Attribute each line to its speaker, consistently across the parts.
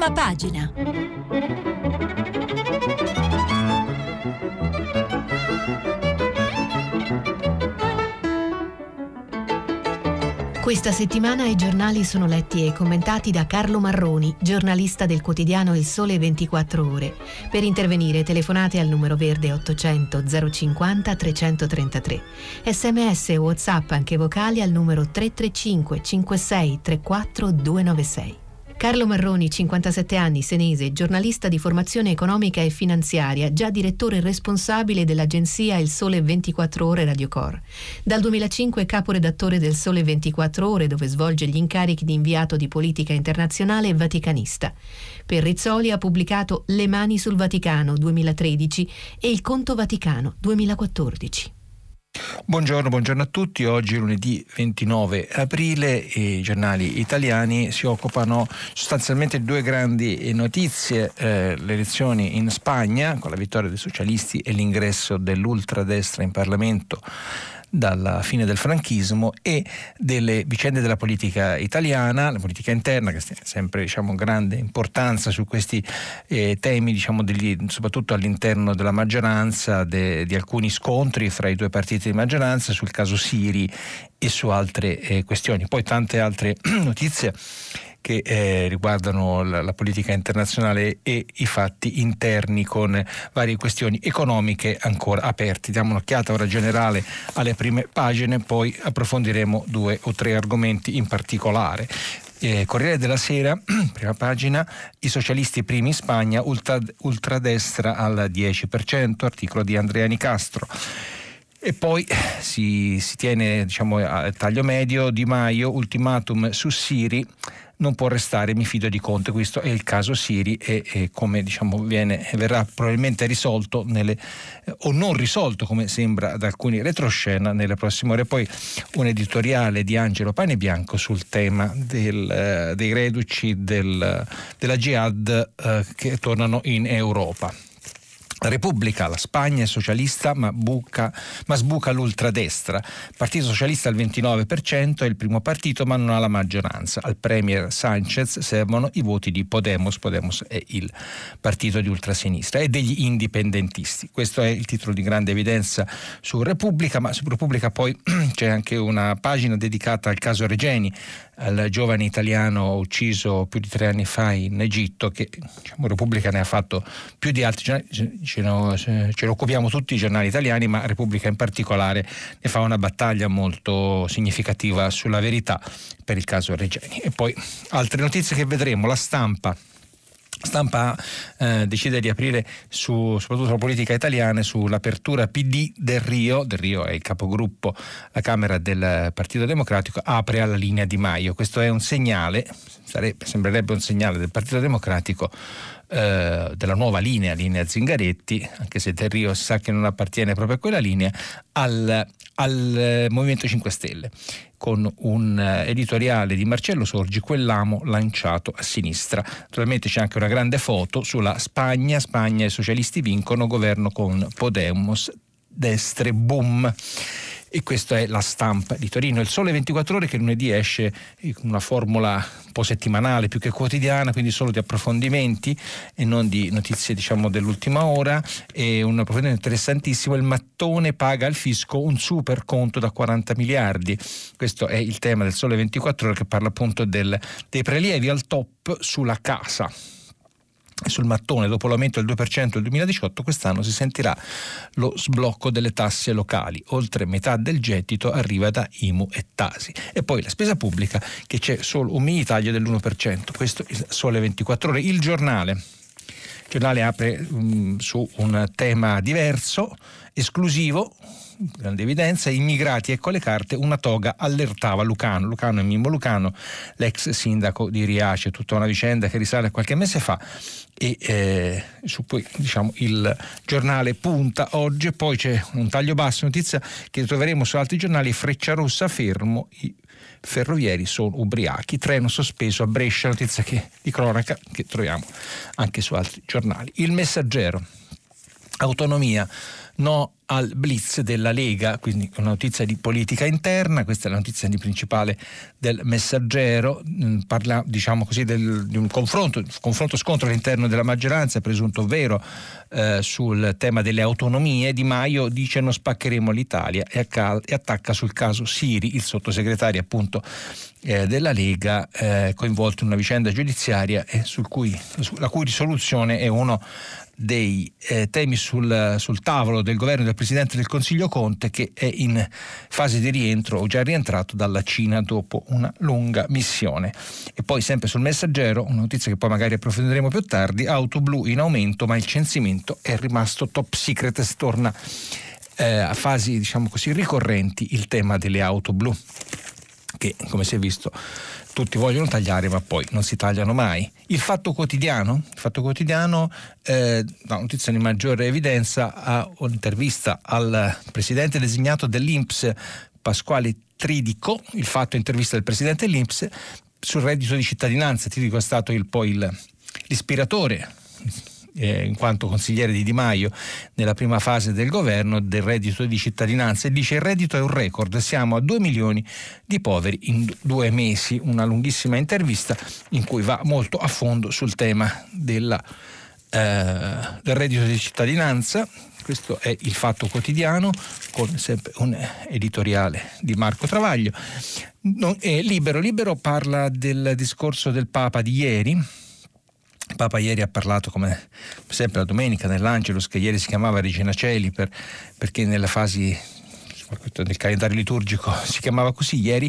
Speaker 1: Prima pagina. Questa settimana i giornali sono letti e commentati da Carlo Marroni, giornalista del quotidiano Il Sole 24 Ore. Per intervenire telefonate al numero verde 800 050 333. SMS e WhatsApp anche vocali al numero 335 56 34 296. Carlo Marroni, 57 anni, senese, giornalista di formazione economica e finanziaria, già direttore responsabile dell'agenzia Il Sole 24 Ore Radio Cor. Dal 2005 caporedattore del Sole 24 Ore, dove svolge gli incarichi di inviato di politica internazionale e vaticanista. Per Rizzoli ha pubblicato Le mani sul Vaticano 2013 e Il conto Vaticano 2014.
Speaker 2: Buongiorno a tutti. Oggi lunedì 29 aprile i giornali italiani si occupano sostanzialmente di due grandi notizie: le elezioni in Spagna con la vittoria dei socialisti e l'ingresso dell'ultradestra in Parlamento dalla fine del franchismo, e delle vicende della politica italiana, la politica interna, che ha sempre grande importanza su questi temi, soprattutto all'interno della maggioranza, di alcuni scontri fra i due partiti di maggioranza sul caso Siri e su altre questioni. Poi tante altre notizie che riguardano la politica internazionale e i fatti interni, con varie questioni economiche ancora aperti. Diamo un'occhiata ora generale alle prime pagine, poi approfondiremo due o tre argomenti in particolare. Corriere della Sera, prima pagina: i socialisti primi in Spagna, ultradestra al 10%, articolo di Andrea Nicastro. E poi si tiene a taglio medio: Di Maio, ultimatum su Siri, non può restare, mi fido di Conte. Questo è il caso Siri e come verrà probabilmente risolto o non risolto, come sembra da alcuni retroscena, nelle prossime ore. Poi un editoriale di Angelo Panebianco sul tema dei reduci della Jihad che tornano in Europa. Repubblica: la Spagna è socialista ma sbuca l'ultradestra. Partito Socialista al 29%, è il primo partito ma non ha la maggioranza. Al premier Sánchez servono i voti di Podemos è il partito di ultrasinistra, e degli indipendentisti. Questo è il titolo di grande evidenza su Repubblica, ma su Repubblica poi c'è anche una pagina dedicata al caso Regeni, al giovane italiano ucciso più di 3 anni fa in Egitto, che Repubblica ne ha fatto più di altri giornali. Ce ne occupiamo tutti i giornali italiani, ma Repubblica in particolare ne fa una battaglia molto significativa sulla verità per il caso Regeni. E poi altre notizie che vedremo. La Stampa decide di aprire soprattutto la politica italiana sull'apertura PD del Rio. Del Rio è il capogruppo, la Camera del Partito Democratico, apre alla linea Di Maio. Questo è un segnale, sembrerebbe un segnale del Partito Democratico, della nuova linea Zingaretti, anche se Del Rio sa che non appartiene proprio a quella linea, al Movimento 5 Stelle, con un editoriale di Marcello Sorgi: quell'amo lanciato a sinistra. Naturalmente c'è anche una grande foto sulla Spagna e socialisti vincono, governo con Podemos, destre boom. E questa è la Stampa di Torino. Il Sole 24 Ore, che lunedì esce una formula un po' settimanale più che quotidiana, quindi solo di approfondimenti e non di notizie dell'ultima ora. E un approfondimento interessantissimo: il mattone paga al fisco un super conto da 40 miliardi. Questo è il tema del Sole 24 Ore, che parla appunto dei prelievi al top sulla casa. Sul mattone, dopo l'aumento del 2% del 2018, quest'anno si sentirà lo sblocco delle tasse locali. Oltre metà del gettito arriva da IMU e Tasi. E poi la spesa pubblica, che c'è solo un mini taglio dell'1%. Questo è il Sole 24 Ore. Il giornale apre su un tema diverso, esclusivo, grande evidenza: immigrati, ecco le carte, una toga allertava Lucano e Mimmo Lucano, l'ex sindaco di Riace. Tutta una vicenda che risale a qualche mese fa e su cui il giornale punta oggi. E poi c'è un taglio basso, notizia che troveremo su altri giornali: Frecciarossa fermo, i ferrovieri sono ubriachi, treno sospeso a Brescia. Notizia di cronaca che troviamo anche su altri giornali. Il Messaggero: autonomia, no al blitz della Lega, quindi una notizia di politica interna. Questa è la notizia di principale del Messaggero. Parla, diciamo così, di un confronto scontro all'interno della maggioranza, presunto vero, sul tema delle autonomie. Di Maio dice: non spaccheremo l'Italia, e attacca sul caso Siri, il sottosegretario appunto della Lega, coinvolto in una vicenda giudiziaria la cui risoluzione è uno dei temi sul tavolo del governo del Presidente del Consiglio Conte, che è in fase di rientro o già rientrato dalla Cina dopo una lunga missione. E poi sempre sul Messaggero una notizia che poi magari approfondiremo più tardi: auto blu in aumento ma il censimento è rimasto top secret. Torna a fasi, diciamo così, ricorrenti il tema delle auto blu, che come si è visto tutti vogliono tagliare ma poi non si tagliano mai. Il Fatto Quotidiano, la notizia di maggiore evidenza, ha un'intervista al presidente designato dell'INPS Pasquale Tridico. Il Fatto, intervista del presidente dell'INPS sul reddito di cittadinanza. Tridico è stato l'ispiratore, in quanto consigliere di Di Maio nella prima fase del governo, del reddito di cittadinanza, e dice: il reddito è un record, siamo a 2 milioni di poveri in 2 mesi. Una lunghissima intervista in cui va molto a fondo sul tema del reddito di cittadinanza. Questo è il Fatto Quotidiano, con sempre un editoriale di Marco Travaglio. Libero parla del discorso del Papa di ieri. Il Papa ieri ha parlato, come sempre la domenica, nell'Angelus, che ieri si chiamava Regina Coeli perché nella fase del calendario liturgico si chiamava così. Ieri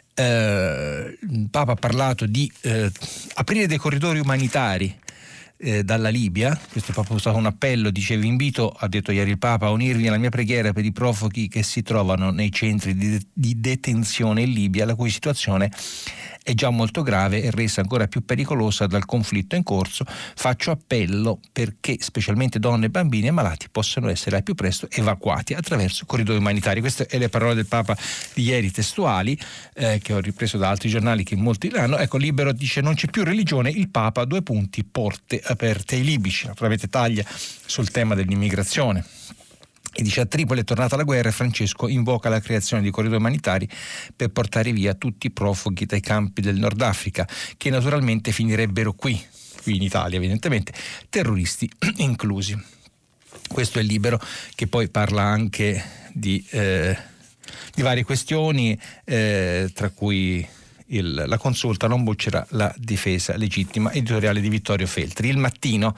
Speaker 2: il Papa ha parlato di aprire dei corridoi umanitari dalla Libia. Questo è proprio stato un appello. Dice: vi invito, ha detto ieri il Papa, a unirvi alla mia preghiera per i profughi che si trovano nei centri di detenzione in Libia, la cui situazione è già molto grave e resa ancora più pericolosa dal conflitto in corso. Faccio appello perché specialmente donne e bambini e malati possano essere al più presto evacuati attraverso corridoi umanitari. Queste sono le parole del Papa di ieri, testuali, che ho ripreso da altri giornali che molti l'hanno. Ecco, Libero dice: non c'è più religione, il Papa, porte aperte ai libici. Naturalmente taglia sul tema dell'immigrazione. E dice: a Tripoli è tornata la guerra e Francesco invoca la creazione di corridoi umanitari per portare via tutti i profughi dai campi del Nord Africa, che naturalmente finirebbero qui in Italia, evidentemente, terroristi inclusi. Questo è Libero, che poi parla anche di varie questioni, tra cui la consulta non boccerà la difesa legittima, editoriale di Vittorio Feltri. Il Mattino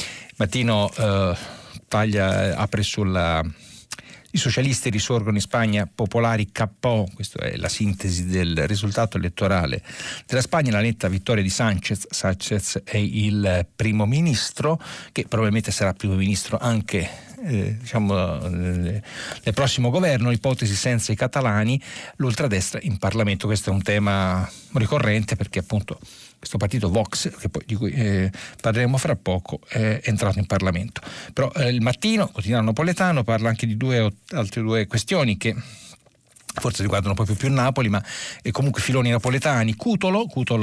Speaker 2: apre i socialisti risorgono in Spagna, popolari KO. Questa è la sintesi del risultato elettorale della Spagna. La netta vittoria di Sánchez è il primo ministro, che probabilmente sarà primo ministro anche nel prossimo governo. Ipotesi senza i catalani, l'ultradestra in Parlamento. Questo è un tema ricorrente perché appunto questo partito Vox, di cui parleremo fra poco, è entrato in Parlamento. Però il Mattino, quotidiano napoletano, parla anche di altre due questioni che forse riguardano proprio più Napoli, ma comunque filoni napoletani. Cutolo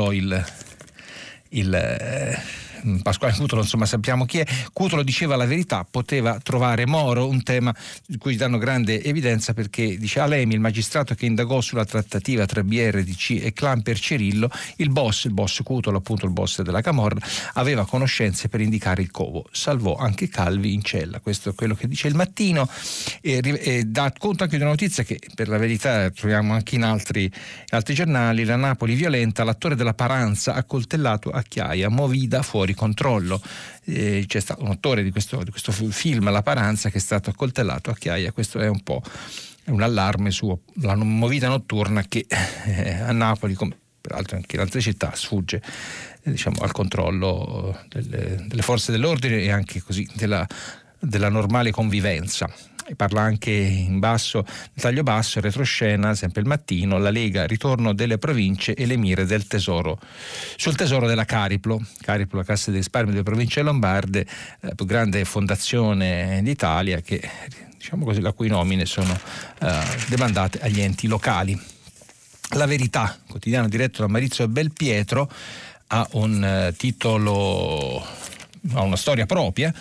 Speaker 2: Pasquale Cutolo, insomma, sappiamo chi è. Cutolo diceva la verità, poteva trovare Moro, un tema di cui danno grande evidenza perché dice: Alemi, il magistrato che indagò sulla trattativa tra BRDC e clan per Cirillo, il boss Cutolo, appunto il boss della Camorra, aveva conoscenze per indicare il covo, salvò anche Calvi in cella. Questo è quello che dice il Mattino, e dà conto anche di una notizia che per la verità troviamo anche in altri giornali. La Napoli violenta, l'attore della Paranza accoltellato a Chiaia, Movida fuori controllo. C'è stato un attore di questo film, La Paranza, che è stato accoltellato a Chiaia. Questo è un po' un allarme sulla movida notturna che a Napoli, come peraltro anche in altre città, sfugge al controllo delle forze dell'ordine e anche così della normale convivenza. E parla anche in taglio basso, retroscena, sempre il Mattino, la Lega, ritorno delle province e le mire del tesoro. Sul tesoro della Cariplo, la Cassa di risparmio delle province lombarde, la più grande fondazione d'Italia, che la cui nomine sono demandate agli enti locali. La Verità, quotidiano diretto da Maurizio Belpietro, ha un titolo, ha una storia propria.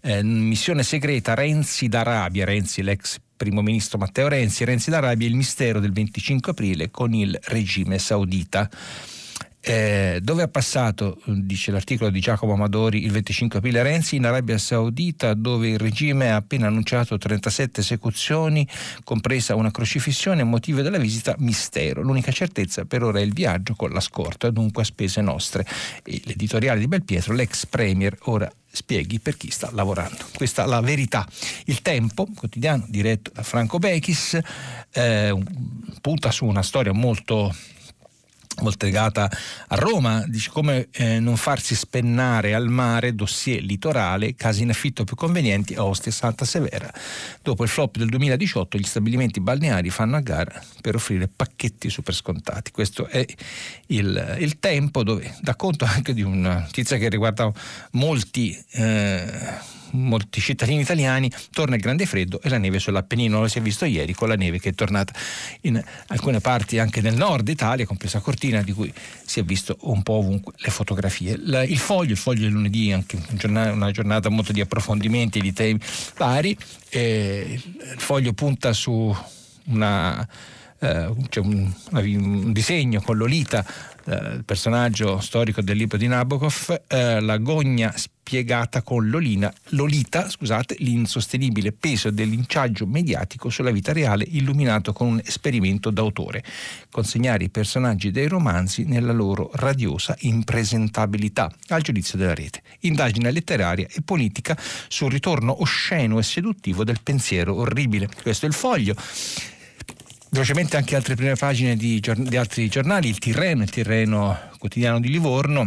Speaker 2: missione segreta Renzi d'Arabia, Renzi l'ex primo ministro Matteo Renzi d'Arabia, il mistero del 25 aprile con il regime saudita. Dove ha passato, dice l'articolo di Giacomo Amadori, il 25 aprile Renzi? In Arabia Saudita, dove il regime ha appena annunciato 37 esecuzioni, compresa una crocifissione, motivo della visita mistero. L'unica certezza per ora è il viaggio con la scorta, dunque a spese nostre. E l'editoriale di Belpietro, l'ex premier ora spieghi per chi sta lavorando. Questa è la verità. Il Tempo, quotidiano diretto da Franco Bechis, punta su una storia molto legata a Roma, dice come non farsi spennare al mare, dossier litorale, casi in affitto più convenienti a Ostia e Santa Severa. Dopo il flop del 2018 gli stabilimenti balneari fanno a gara per offrire pacchetti super scontati. Questo è il Tempo, dove dà conto anche di una notizia che riguarda molti cittadini italiani. Torna il grande freddo e la neve sull'Appennino, lo si è visto ieri con la neve che è tornata in alcune parti anche nel nord Italia, compresa Cortina, di cui si è visto un po' ovunque le fotografie. Il foglio del lunedì, anche una giornata molto di approfondimenti, di temi vari. Il Foglio punta su c'è un disegno con Lolita, il personaggio storico del libro di Nabokov, la gogna spiegata con Lolita, l'insostenibile peso del linciaggio mediatico sulla vita reale illuminato con un esperimento d'autore, consegnare i personaggi dei romanzi nella loro radiosa impresentabilità al giudizio della rete, indagine letteraria e politica sul ritorno osceno e seduttivo del pensiero orribile. Questo è il Foglio. Velocemente anche altre prime pagine di altri giornali. Il Tirreno quotidiano di Livorno,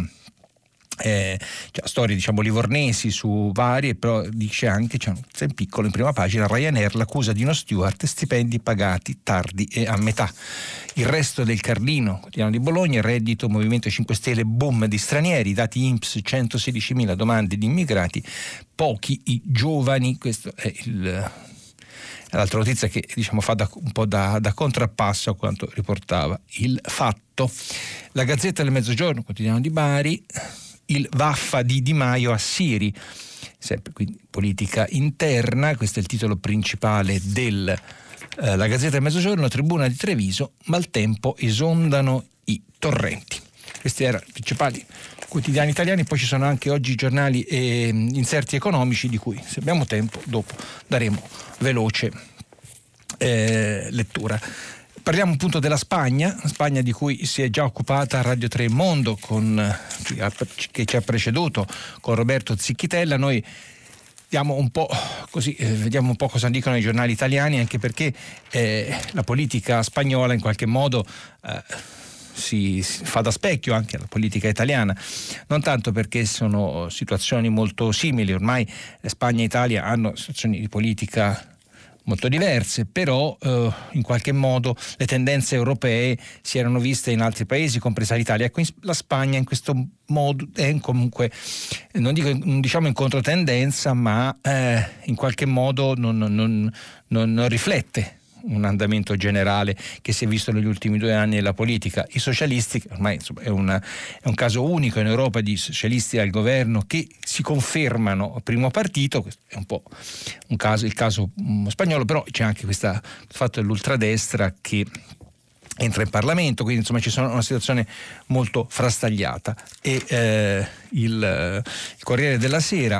Speaker 2: storie livornesi su varie, però dice anche, c'è in piccolo in prima pagina, Ryanair l'accusa di uno steward, stipendi pagati tardi e a metà. Il Resto del Carlino, quotidiano di Bologna, reddito, Movimento 5 Stelle, boom di stranieri, dati INPS, 116.000 domande di immigrati, pochi i giovani. Questo è l'altra notizia che fa un po' da contrappasso a quanto riportava il Fatto. La Gazzetta del Mezzogiorno, quotidiano di Bari, il vaffa di Di Maio a Siri, sempre quindi politica interna. Questo è il titolo principale della Gazzetta del Mezzogiorno. Tribuna di Treviso, maltempo, esondano i torrenti. Questi erano i principali quotidiani italiani. Poi ci sono anche oggi giornali e inserti economici, di cui, se abbiamo tempo, dopo daremo veloce lettura. Parliamo appunto della Spagna di cui si è già occupata Radio 3 Mondo che ci ha preceduto con Roberto Zicchitella. Noi vediamo un po' cosa dicono i giornali italiani, anche perché la politica spagnola in qualche modo si fa da specchio anche alla politica italiana, non tanto perché sono situazioni molto simili, ormai Spagna e Italia hanno situazioni di politica molto diverse, però in qualche modo le tendenze europee si erano viste in altri paesi, compresa l'Italia. Ecco, la Spagna in questo modo è comunque, non diciamo in controtendenza, ma in qualche modo non riflette un andamento generale che si è visto negli ultimi 2 anni nella politica. I socialisti, ormai è un caso unico in Europa di socialisti al governo che si confermano primo partito. Questo è un po' il caso spagnolo, però c'è anche il fatto dell'ultradestra che entra in Parlamento, quindi ci sono una situazione molto frastagliata. E il Corriere della Sera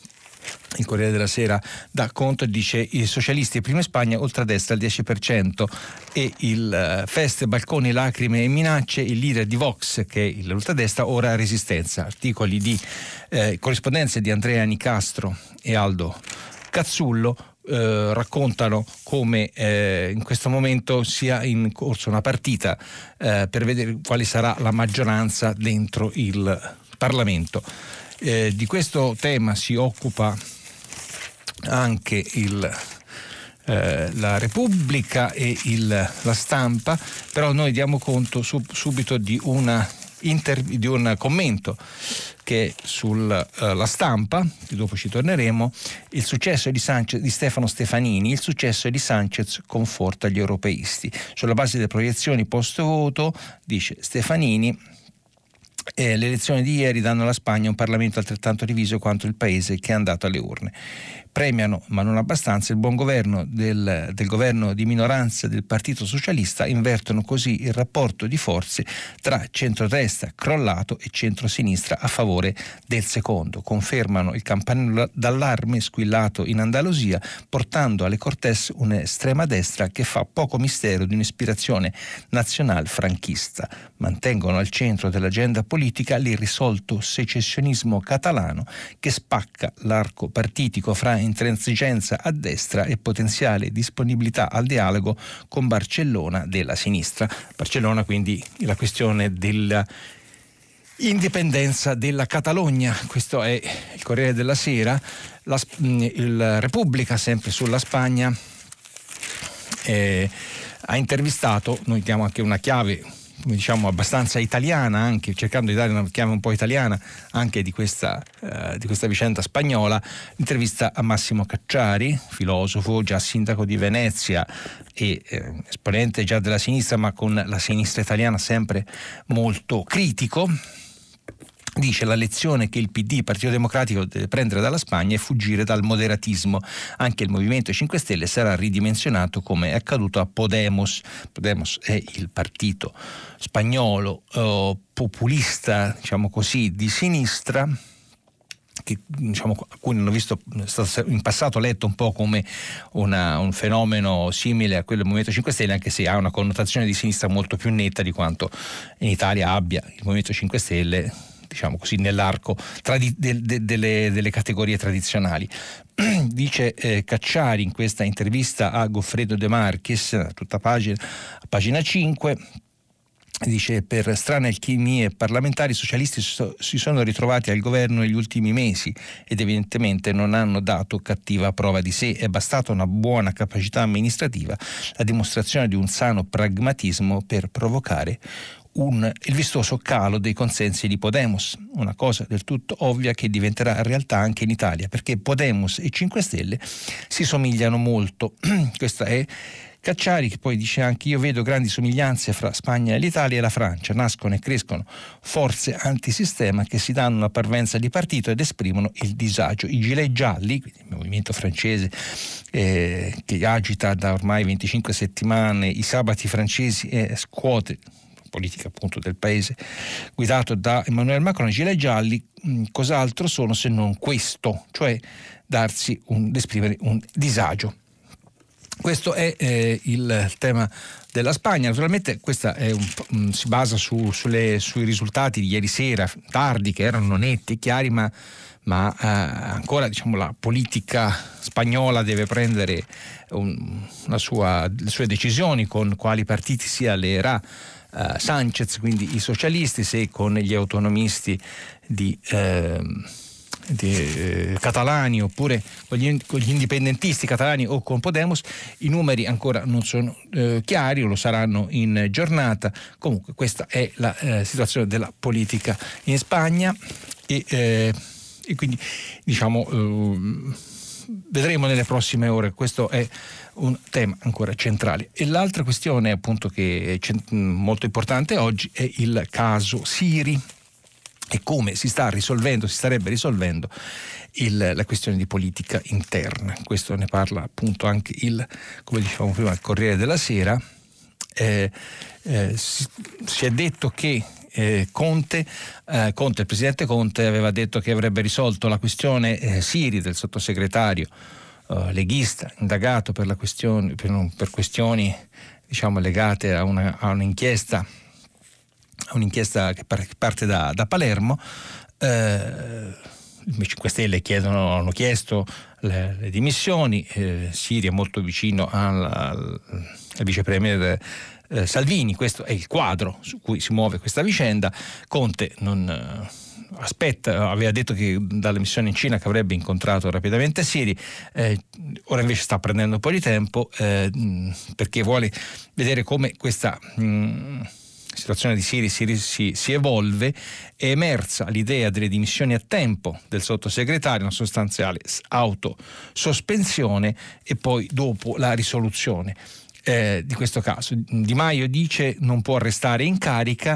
Speaker 2: dà conto e dice: i socialisti prima in Spagna, ultradestra al 10%, e il feste, balconi, lacrime e minacce, il leader di Vox, che è l'ultradestra, ora Resistenza. Articoli di corrispondenze di Andrea Nicastro e Aldo Cazzullo raccontano come in questo momento sia in corso una partita per vedere quale sarà la maggioranza dentro il Parlamento. Di questo tema si occupa anche la Repubblica e la Stampa, però noi diamo conto subito di un commento che è sulla Stampa, che dopo ci torneremo. Il successo di Stefano Stefanini, il successo di Sanchez conforta gli europeisti. Sulla base delle proiezioni post voto, dice Stefanini, Le elezioni di ieri danno alla Spagna un Parlamento altrettanto diviso quanto il paese che è andato alle urne. Premiano, ma non abbastanza, il buon governo del governo di minoranza del Partito Socialista, invertono così il rapporto di forze tra centrodestra crollato e centrosinistra a favore del secondo. Confermano il campanello d'allarme squillato in Andalusia, portando alle Cortes un'estrema destra che fa poco mistero di un'ispirazione nazional franchista. Mantengono al centro dell'agenda politica l'irrisolto secessionismo catalano che spacca l'arco partitico fra intransigenza a destra e potenziale disponibilità al dialogo con Barcellona della sinistra. Barcellona, quindi, la questione della indipendenza della Catalogna. Questo è il Corriere della Sera. Il Repubblica, sempre sulla Spagna, ha intervistato, noi diamo anche una chiave, come diciamo, abbastanza italiana, anche cercando di dare una chiave un po' italiana anche di questa vicenda spagnola, l'intervista a Massimo Cacciari, filosofo, già sindaco di Venezia e esponente già della sinistra, ma con la sinistra italiana sempre molto critico. Dice: la lezione che il PD, Partito Democratico, deve prendere dalla Spagna è fuggire dal moderatismo. Anche il Movimento 5 Stelle sarà ridimensionato come è accaduto a Podemos. Podemos è il partito spagnolo populista, diciamo così, di sinistra, che, diciamo, a cui hanno visto, è stato in passato letto un po' come un fenomeno simile a quello del Movimento 5 Stelle, anche se ha una connotazione di sinistra molto più netta di quanto in Italia abbia il Movimento 5 Stelle, diciamo così, nell'arco delle categorie tradizionali. Dice Cacciari in questa intervista a Goffredo De Marchis, tutta pagina 5, dice: per strane alchimie parlamentari, i socialisti si sono ritrovati al governo negli ultimi mesi ed evidentemente non hanno dato cattiva prova di sé. È bastata una buona capacità amministrativa, la dimostrazione di un sano pragmatismo per provocare il vistoso calo dei consensi di Podemos, una cosa del tutto ovvia che diventerà realtà anche in Italia, perché Podemos e 5 Stelle si somigliano molto. Questa è Cacciari, che poi dice anche: io vedo grandi somiglianze fra Spagna e l'Italia e la Francia, nascono e crescono forze antisistema che si danno una parvenza di partito ed esprimono il disagio. I gilet gialli, quindi il movimento francese che agita da ormai 25 settimane i sabati francesi e scuote politica appunto del paese guidato da Emmanuel Macron, i gilet gialli cos'altro sono se non questo, cioè esprimere un disagio. Questo è il tema della Spagna. Naturalmente questa si basa sui risultati di ieri sera, tardi, che erano netti e chiari, ma ancora, diciamo, la politica spagnola deve prendere le sue decisioni con quali partiti si alleerà Sánchez, quindi i socialisti, se con gli autonomisti catalani oppure con gli indipendentisti catalani o con Podemos. I numeri ancora non sono chiari, o lo saranno in giornata. Comunque questa è la situazione della politica in Spagna e quindi, diciamo, vedremo nelle prossime ore. Questo è un tema ancora centrale. E l'altra questione, appunto, che è molto importante oggi è il caso Siri e come si starebbe risolvendo la questione di politica interna. Questo ne parla appunto anche come dicevamo prima, il Corriere della Sera. Si è detto che il presidente Conte aveva detto che avrebbe risolto la questione Siri del sottosegretario leghista indagato per questioni, diciamo, legate a un'inchiesta che parte da Palermo. I 5 Stelle hanno chiesto le dimissioni. Siri è molto vicino al vice premier Salvini. Questo è il quadro su cui si muove questa vicenda. Conte non aveva detto che dalle missioni in Cina che avrebbe incontrato rapidamente Siri, ora invece sta prendendo un po' di tempo perché vuole vedere come questa situazione di Siri si evolve. È emersa l'idea delle dimissioni a tempo del sottosegretario, una sostanziale autosospensione e poi dopo la risoluzione di questo caso. Di Maio dice non può restare in carica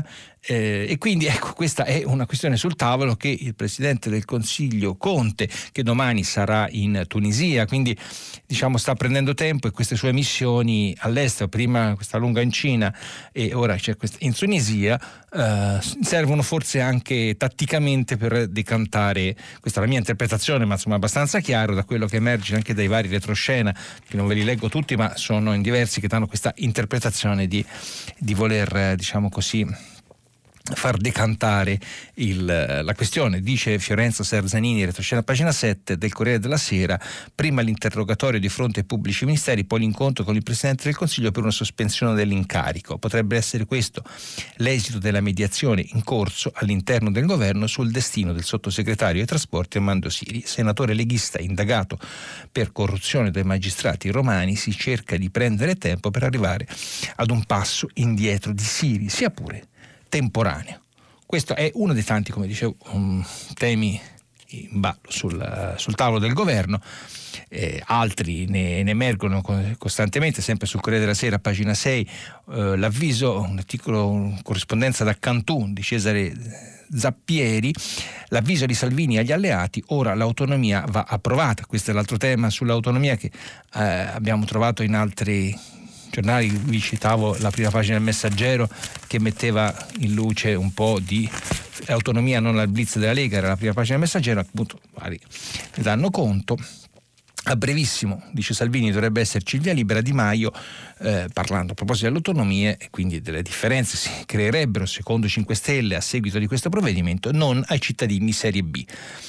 Speaker 2: E quindi ecco, questa è una questione sul tavolo che il Presidente del Consiglio Conte, che domani sarà in Tunisia, quindi diciamo sta prendendo tempo, e queste sue missioni all'estero, prima questa lunga in Cina e ora c'è questa in Tunisia, servono forse anche tatticamente per decantare, questa è la mia interpretazione, ma insomma abbastanza chiaro da quello che emerge anche dai vari retroscena, che non ve li leggo tutti ma sono in diversi, che danno questa interpretazione di voler, diciamo così, far decantare la questione. Dice Fiorenzo Serzanini, retroscena pagina 7 del Corriere della Sera: prima l'interrogatorio di fronte ai pubblici ministeri, poi l'incontro con il Presidente del Consiglio per una sospensione dell'incarico. Potrebbe essere questo l'esito della mediazione in corso all'interno del governo sul destino del sottosegretario ai trasporti Armando Siri, senatore leghista indagato per corruzione dai magistrati romani. Si cerca di prendere tempo per arrivare ad un passo indietro di Siri, sia pure temporaneo. Questo è uno dei tanti, come dicevo, temi in ballo sul tavolo del governo. Altri ne emergono costantemente, sempre sul Corriere della Sera, pagina 6, l'avviso, un articolo, corrispondenza da Cantù di Cesare Zappieri, l'avviso di Salvini agli alleati: ora l'autonomia va approvata. Questo è l'altro tema sull'autonomia che abbiamo trovato in altri giornali. Vi citavo la prima pagina del Messaggero, che metteva in luce un po' di autonomia, non al blitz della Lega, era la prima pagina del Messaggero, appunto vari ne danno conto. A brevissimo, dice Salvini, dovrebbe esserci il via libera. Di Maio, parlando a proposito delle autonomie e quindi delle differenze si creerebbero, secondo 5 Stelle, a seguito di questo provvedimento, non ai cittadini serie B.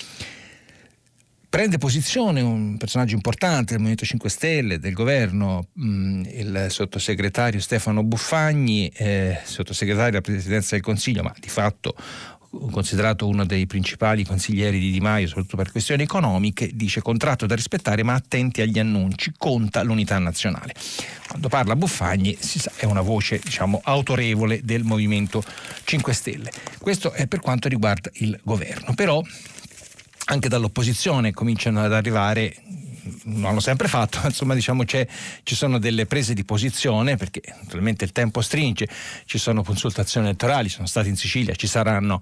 Speaker 2: Prende posizione un personaggio importante del Movimento 5 Stelle, del governo, il sottosegretario Stefano Buffagni, sottosegretario alla Presidenza del Consiglio, ma di fatto considerato uno dei principali consiglieri di Di Maio, soprattutto per questioni economiche. Dice: contratto da rispettare ma attenti agli annunci, conta l'unità nazionale. Quando parla Buffagni si sa, è una voce, diciamo, autorevole del Movimento 5 Stelle. Questo è per quanto riguarda il governo. Però anche dall'opposizione cominciano ad arrivare, non l'hanno sempre fatto, insomma, diciamo, ci sono delle prese di posizione, perché naturalmente il tempo stringe, ci sono consultazioni elettorali, sono stati in Sicilia, ci saranno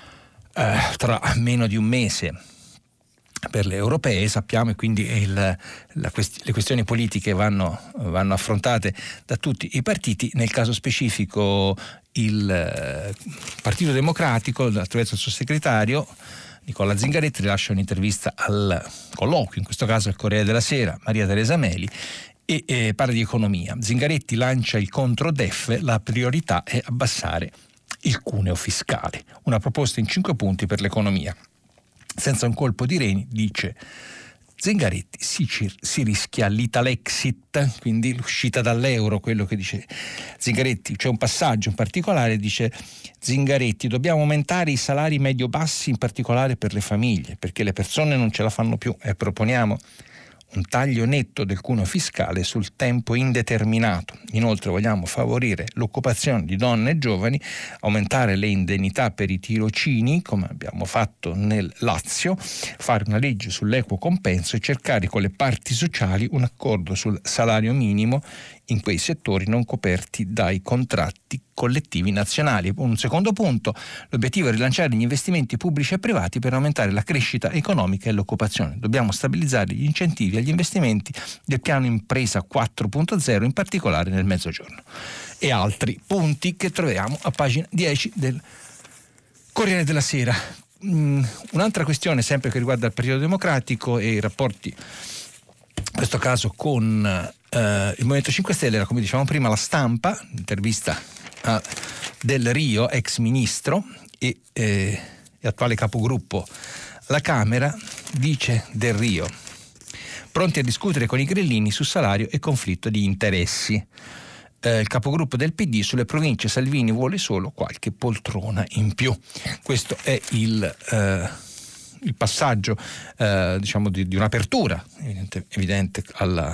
Speaker 2: tra meno di un mese per le europee, sappiamo, e quindi le questioni politiche vanno affrontate da tutti i partiti. Nel caso specifico il Partito Democratico, attraverso il suo segretario Nicola Zingaretti, rilascia un'intervista al colloquio, in questo caso al Corriere della Sera, Maria Teresa Meli, e parla di economia. Zingaretti lancia il contro-DEF, la priorità è abbassare il cuneo fiscale, una proposta in 5 punti per l'economia. Senza un colpo di reni, dice Zingaretti, si rischia l'Italexit, quindi l'uscita dall'euro, quello che dice Zingaretti. C'è un passaggio in particolare, dice Zingaretti: dobbiamo aumentare i salari medio-bassi, in particolare per le famiglie, perché le persone non ce la fanno più, e proponiamo un taglio netto del cuneo fiscale sul tempo indeterminato. Inoltre vogliamo favorire l'occupazione di donne e giovani, aumentare le indennità per i tirocini, come abbiamo fatto nel Lazio, fare una legge sull'equo compenso e cercare con le parti sociali un accordo sul salario minimo in quei settori non coperti dai contratti collettivi nazionali. Un secondo punto: l'obiettivo è rilanciare gli investimenti pubblici e privati per aumentare la crescita economica e l'occupazione. Dobbiamo stabilizzare gli incentivi agli investimenti del piano impresa 4.0, in particolare nel Mezzogiorno. E altri punti che troviamo a pagina 10 del Corriere della Sera. Un'altra questione, sempre che riguarda il Partito Democratico e i rapporti, in questo caso con il Movimento 5 Stelle, era, come dicevamo prima, La Stampa, intervista a Del Rio, ex ministro e attuale capogruppo alla Camera. Dice Del Rio: pronti a discutere con i grillini su salario e conflitto di interessi. Il capogruppo del PD: sulle province Salvini vuole solo qualche poltrona in più. Questo è il passaggio, diciamo, di un'apertura evidente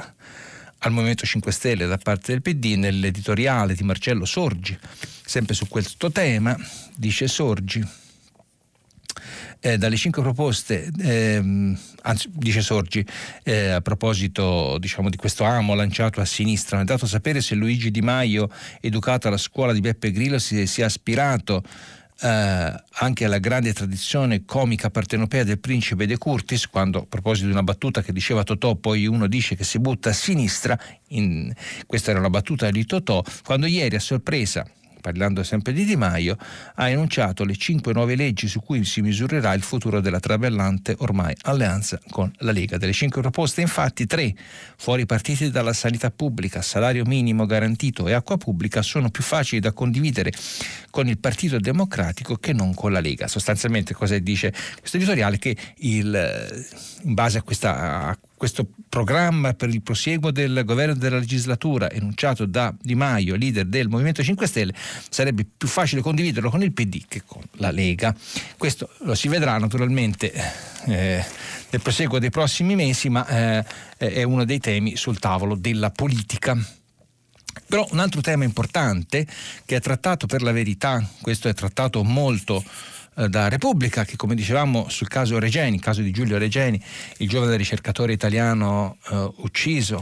Speaker 2: al Movimento 5 Stelle da parte del PD. Nell'editoriale di Marcello Sorgi, sempre su questo tema, dice Sorgi: dalle 5 proposte, anzi, dice Sorgi, a proposito diciamo di questo amo lanciato a sinistra, non è dato sapere se Luigi Di Maio, educato alla scuola di Beppe Grillo, si è ispirato anche alla grande tradizione comica partenopea del principe De Curtis, quando, a proposito di una battuta che diceva Totò, poi uno dice che si butta a sinistra, questa era una battuta di Totò, quando ieri a sorpresa, parlando sempre di Di Maio, ha enunciato le 5 nuove leggi su cui si misurerà il futuro della traballante ormai alleanza con la Lega. Delle 5 proposte, infatti, 3, fuori partiti dalla sanità pubblica, salario minimo garantito e acqua pubblica, sono più facili da condividere con il Partito Democratico che non con la Lega. Sostanzialmente cosa dice questo editoriale? Che in base a questo programma per il prosieguo del governo della legislatura enunciato da Di Maio, leader del Movimento 5 Stelle, sarebbe più facile condividerlo con il PD che con la Lega. Questo lo si vedrà naturalmente nel prosieguo dei prossimi mesi, ma è uno dei temi sul tavolo della politica. Però un altro tema importante che è trattato, per la verità, questo è trattato molto da Repubblica, che come dicevamo sul caso Regeni, il caso di Giulio Regeni, il giovane ricercatore italiano ucciso,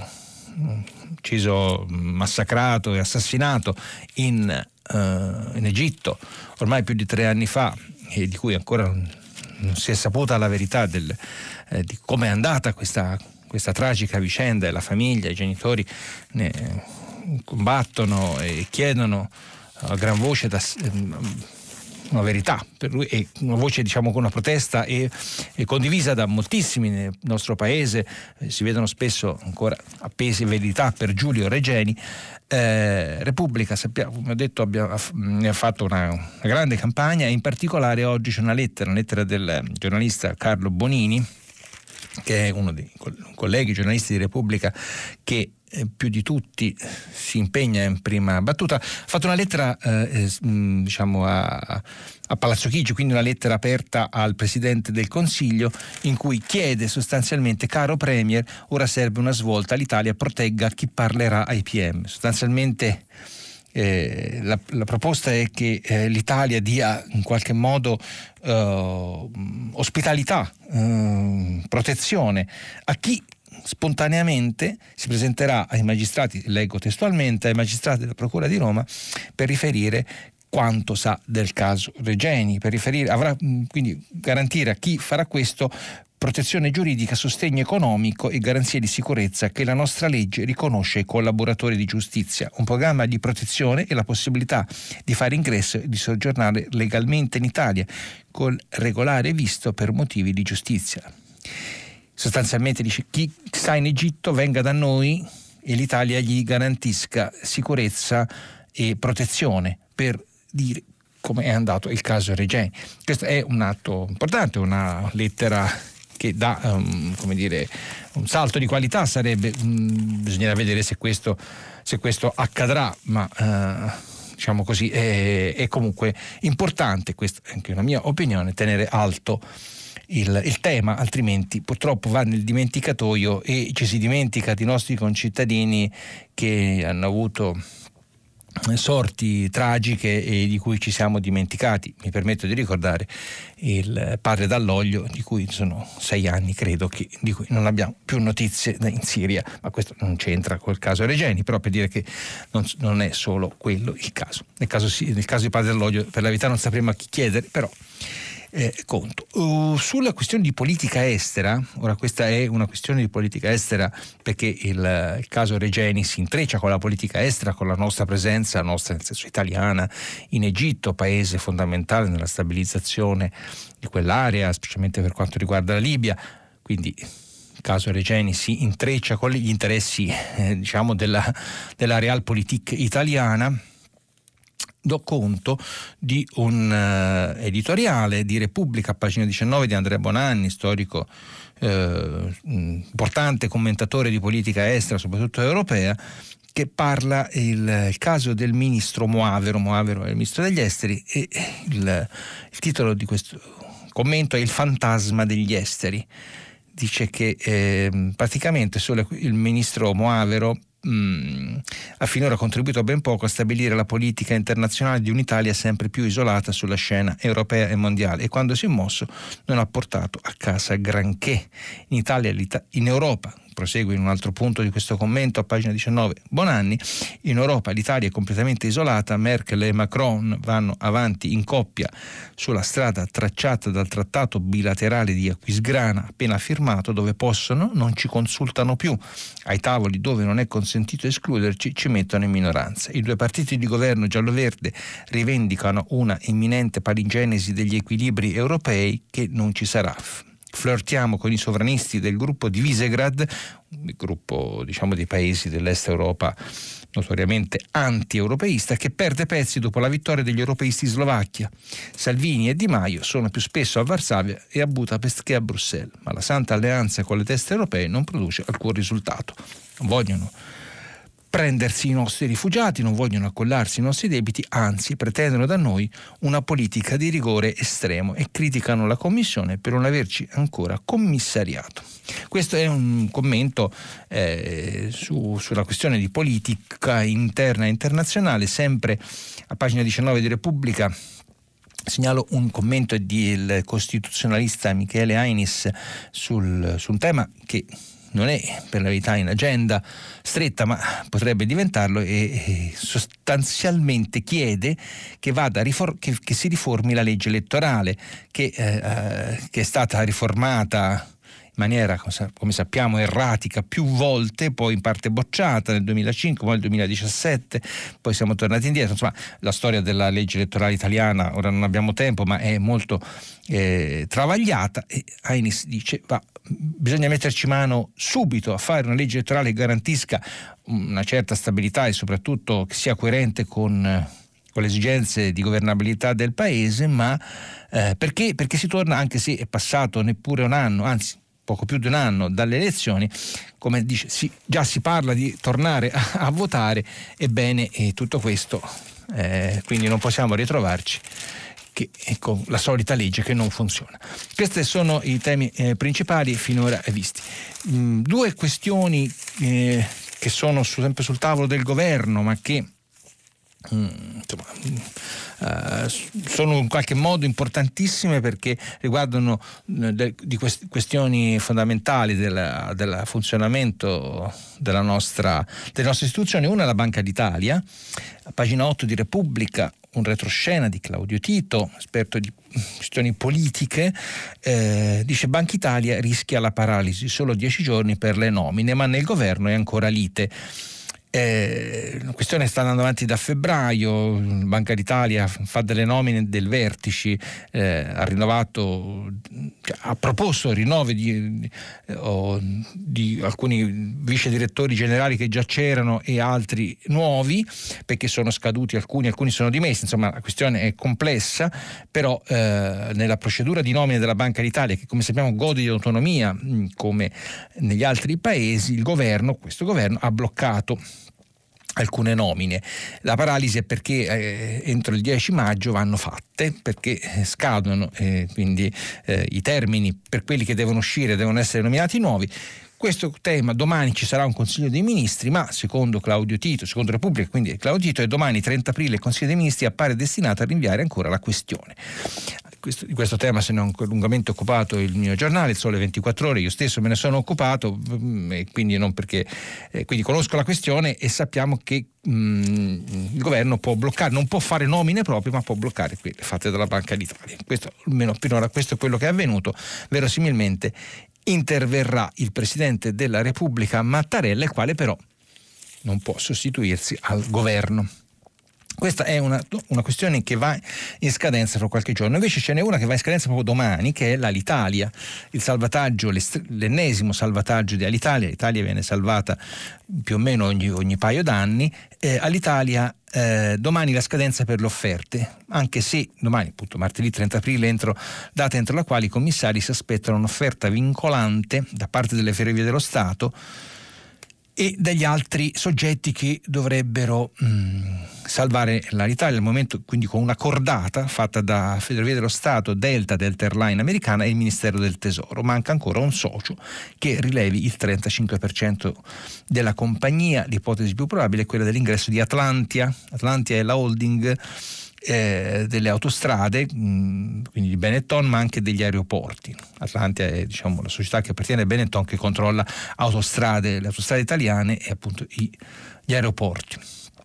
Speaker 2: massacrato e assassinato in Egitto ormai più di 3 anni fa, e di cui ancora non si è saputa la verità di come è andata questa tragica vicenda, e la famiglia, i genitori ne combattono e chiedono a gran voce una verità per lui, e una voce diciamo con una protesta e condivisa da moltissimi nel nostro paese. Si vedono spesso ancora appesi verità per Giulio Regeni. Repubblica, sappiamo, come ho detto, ne ha fatto una grande campagna, e in particolare oggi c'è una lettera del giornalista Carlo Bonini, che è uno dei colleghi giornalisti di Repubblica che più di tutti si impegna in prima battuta. Ha fatto una lettera diciamo a Palazzo Chigi, quindi una lettera aperta al Presidente del Consiglio, in cui chiede sostanzialmente: caro Premier, ora serve una svolta, l'Italia protegga chi parlerà ai PM. Sostanzialmente la proposta è che l'Italia dia in qualche modo ospitalità, protezione a chi spontaneamente si presenterà ai magistrati, leggo testualmente, ai magistrati della Procura di Roma per riferire quanto sa del caso Regeni, avrà quindi garantire a chi farà questo protezione giuridica, sostegno economico e garanzie di sicurezza che la nostra legge riconosce ai collaboratori di giustizia, un programma di protezione e la possibilità di fare ingresso e di soggiornare legalmente in Italia col regolare visto per motivi di giustizia. Sostanzialmente dice: chi sta in Egitto venga da noi e l'Italia gli garantisca sicurezza e protezione, per dire come è andato il caso Regeni. Questo è un atto importante, una lettera che dà come dire un salto di qualità. Sarebbe bisognerà vedere se questo accadrà, ma diciamo così è comunque importante, questa è anche una mia opinione, tenere alto il tema, altrimenti purtroppo va nel dimenticatoio e ci si dimentica di nostri concittadini che hanno avuto sorti tragiche e di cui ci siamo dimenticati. Mi permetto di ricordare il padre Dall'Oglio, di cui sono 6 anni credo di cui non abbiamo più notizie in Siria, ma questo non c'entra col caso Regeni, però per dire che non è solo quello il caso. Nel caso di padre Dall'Oglio per la verità non sapremo a chi chiedere, però conto. Sulla questione di politica estera, ora questa è una questione di politica estera perché il caso Regeni si intreccia con la politica estera, con la nostra presenza, nel senso italiana, in Egitto, paese fondamentale nella stabilizzazione di quell'area, specialmente per quanto riguarda la Libia. Quindi il caso Regeni si intreccia con gli interessi diciamo della realpolitik italiana. Do conto di un editoriale di Repubblica, pagina 19, di Andrea Bonanni, storico importante commentatore di politica estera, soprattutto europea, che parla il caso del ministro Moavero è il ministro degli esteri, e il titolo di questo commento è Il fantasma degli esteri. Dice che praticamente solo il ministro Moavero ha finora contribuito ben poco a stabilire la politica internazionale di un'Italia sempre più isolata sulla scena europea e mondiale, e quando si è mosso non ha portato a casa granché. In Italia, in Europa, prosegue in un altro punto di questo commento a pagina 19 Bonanni, in Europa l'Italia è completamente isolata, Merkel e Macron vanno avanti in coppia sulla strada tracciata dal trattato bilaterale di Aquisgrana appena firmato, dove possono non ci consultano più, ai tavoli dove non è consentito escluderci ci mettono in minoranza. I due partiti di governo giallo-verde rivendicano una imminente palingenesi degli equilibri europei che non ci sarà. Flirtiamo con i sovranisti del gruppo di Visegrad, il gruppo dei paesi dell'est Europa notoriamente anti-europeista, che perde pezzi dopo la vittoria degli europeisti in Slovacchia. Salvini e Di Maio sono più spesso a Varsavia e a Budapest che a Bruxelles, ma la santa alleanza con le teste europee non produce alcun risultato. Vogliono prendersi i nostri rifugiati, non vogliono accollarsi i nostri debiti, anzi pretendono da noi una politica di rigore estremo e criticano la Commissione per non averci ancora commissariato. Questo è un commento sulla questione di politica interna e internazionale, sempre a pagina 19 di Repubblica. Segnalo un commento del costituzionalista Michele Ainis su un tema che non è per la verità in agenda stretta, ma potrebbe diventarlo, e sostanzialmente chiede che che si riformi la legge elettorale, che è stata riformata in maniera, come sappiamo, erratica più volte, poi in parte bocciata nel 2005, poi nel 2017, poi siamo tornati indietro. Insomma, la storia della legge elettorale italiana, ora non abbiamo tempo, ma è molto travagliata, e Ainis dice bisogna metterci mano subito a fare una legge elettorale che garantisca una certa stabilità e soprattutto che sia coerente con le esigenze di governabilità del paese, ma perché si torna, anche se è passato neppure un anno, anzi poco più di un anno dalle elezioni, come dice, già si parla di tornare a votare. Ebbene, tutto questo, quindi non possiamo ritrovarci con la solita legge che non funziona. Questi sono i temi principali finora visti. Due questioni che sono sempre sul tavolo del governo, ma che sono in qualche modo importantissime perché riguardano di questioni fondamentali del funzionamento delle nostre istituzioni. Una è la Banca d'Italia, a pagina 8 di Repubblica, un retroscena di Claudio Tito, esperto di questioni politiche, dice: Banca Italia rischia la paralisi, solo 10 giorni per le nomine, ma nel governo è ancora lite. La questione sta andando avanti da febbraio. Banca d'Italia fa delle nomine del vertici, ha proposto rinnovi di alcuni vice direttori generali che già c'erano e altri nuovi, perché sono scaduti alcuni sono dimessi. Insomma, la questione è complessa, però nella procedura di nomina della Banca d'Italia, che come sappiamo gode di autonomia come negli altri paesi, questo governo ha bloccato alcune nomine. La paralisi è perché entro il 10 maggio vanno fatte, perché scadono quindi i termini per quelli che devono uscire, devono essere nominati nuovi. Questo tema, domani ci sarà un Consiglio dei Ministri, ma secondo Claudio Tito, secondo Repubblica, quindi Claudio Tito, e domani 30 aprile il Consiglio dei Ministri appare destinato a rinviare ancora la questione. Di questo tema se ne è lungamente occupato il mio giornale, il Sole 24 Ore, io stesso me ne sono occupato, e quindi non perché quindi conosco la questione e sappiamo che il governo può bloccare, non può fare nomine proprie, ma può bloccare quelle fatte dalla Banca d'Italia. Questo, almeno finora, questo è quello che è avvenuto. Verosimilmente interverrà il Presidente della Repubblica Mattarella, il quale però non può sostituirsi al governo. Questa è una questione che va in scadenza fra qualche giorno. Invece ce n'è una che va in scadenza proprio domani, che è l'Alitalia, il salvataggio, l'ennesimo salvataggio di Alitalia. L'Italia viene salvata più o meno ogni paio d'anni. All'Italia domani la scadenza per le offerte, anche se domani, appunto martedì 30 aprile, data entro la quale i commissari si aspettano un'offerta vincolante da parte delle Ferrovie dello Stato e dagli altri soggetti che dovrebbero salvare l'Alitalia al momento, quindi con una cordata fatta da Ferrovie dello Stato, Delta Airline americana e il Ministero del Tesoro. Manca ancora un socio che rilevi il 35% della compagnia. L'ipotesi più probabile è quella dell'ingresso di Atlantia. Atlantia è la holding delle autostrade, quindi di Benetton, ma anche degli aeroporti. Atlantia è, diciamo, la società che appartiene a Benetton, che controlla le autostrade italiane e appunto gli aeroporti.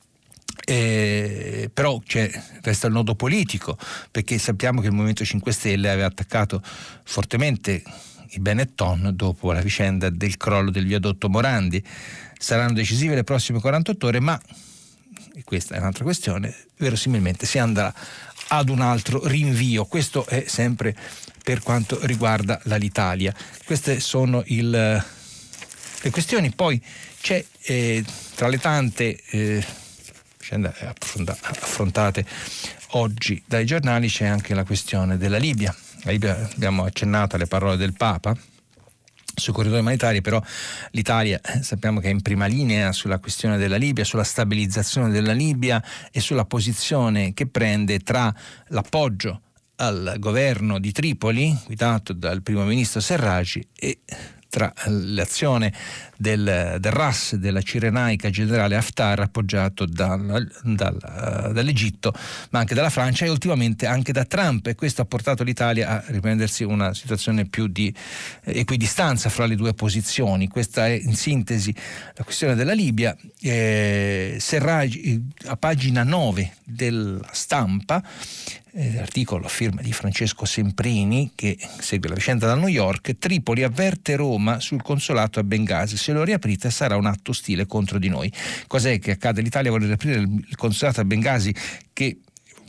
Speaker 2: Però resta il nodo politico, perché sappiamo che il Movimento 5 Stelle aveva attaccato fortemente i Benetton dopo la vicenda del crollo del viadotto Morandi. Saranno decisive le prossime 48 ore, ma, e questa è un'altra questione, verosimilmente si andrà ad un altro rinvio. Questo è sempre per quanto riguarda l'Alitalia. Queste sono le questioni. Poi c'è tra le tante vicende affrontate oggi dai giornali, c'è anche la questione della Libia. La Libia, abbiamo accennato alle parole del Papa sui corridoi umanitari, però l'Italia sappiamo che è in prima linea sulla questione della Libia, sulla stabilizzazione della Libia e sulla posizione che prende tra l'appoggio al governo di Tripoli, guidato dal primo ministro Serraj, e tra l'azione del RAS, della cirenaica generale Haftar, appoggiato dall'Egitto, ma anche dalla Francia e ultimamente anche da Trump, e questo ha portato l'Italia a riprendersi una situazione più di equidistanza fra le due posizioni. Questa è in sintesi la questione della Libia. Serraj, a pagina 9 della Stampa, articolo a firma di Francesco Semprini, che segue la vicenda da New York: Tripoli avverte Roma sul consolato a Bengasi, se lo riaprite sarà un atto ostile contro di noi. Cos'è che accade? L'Italia vuole riaprire il consolato a Bengasi, che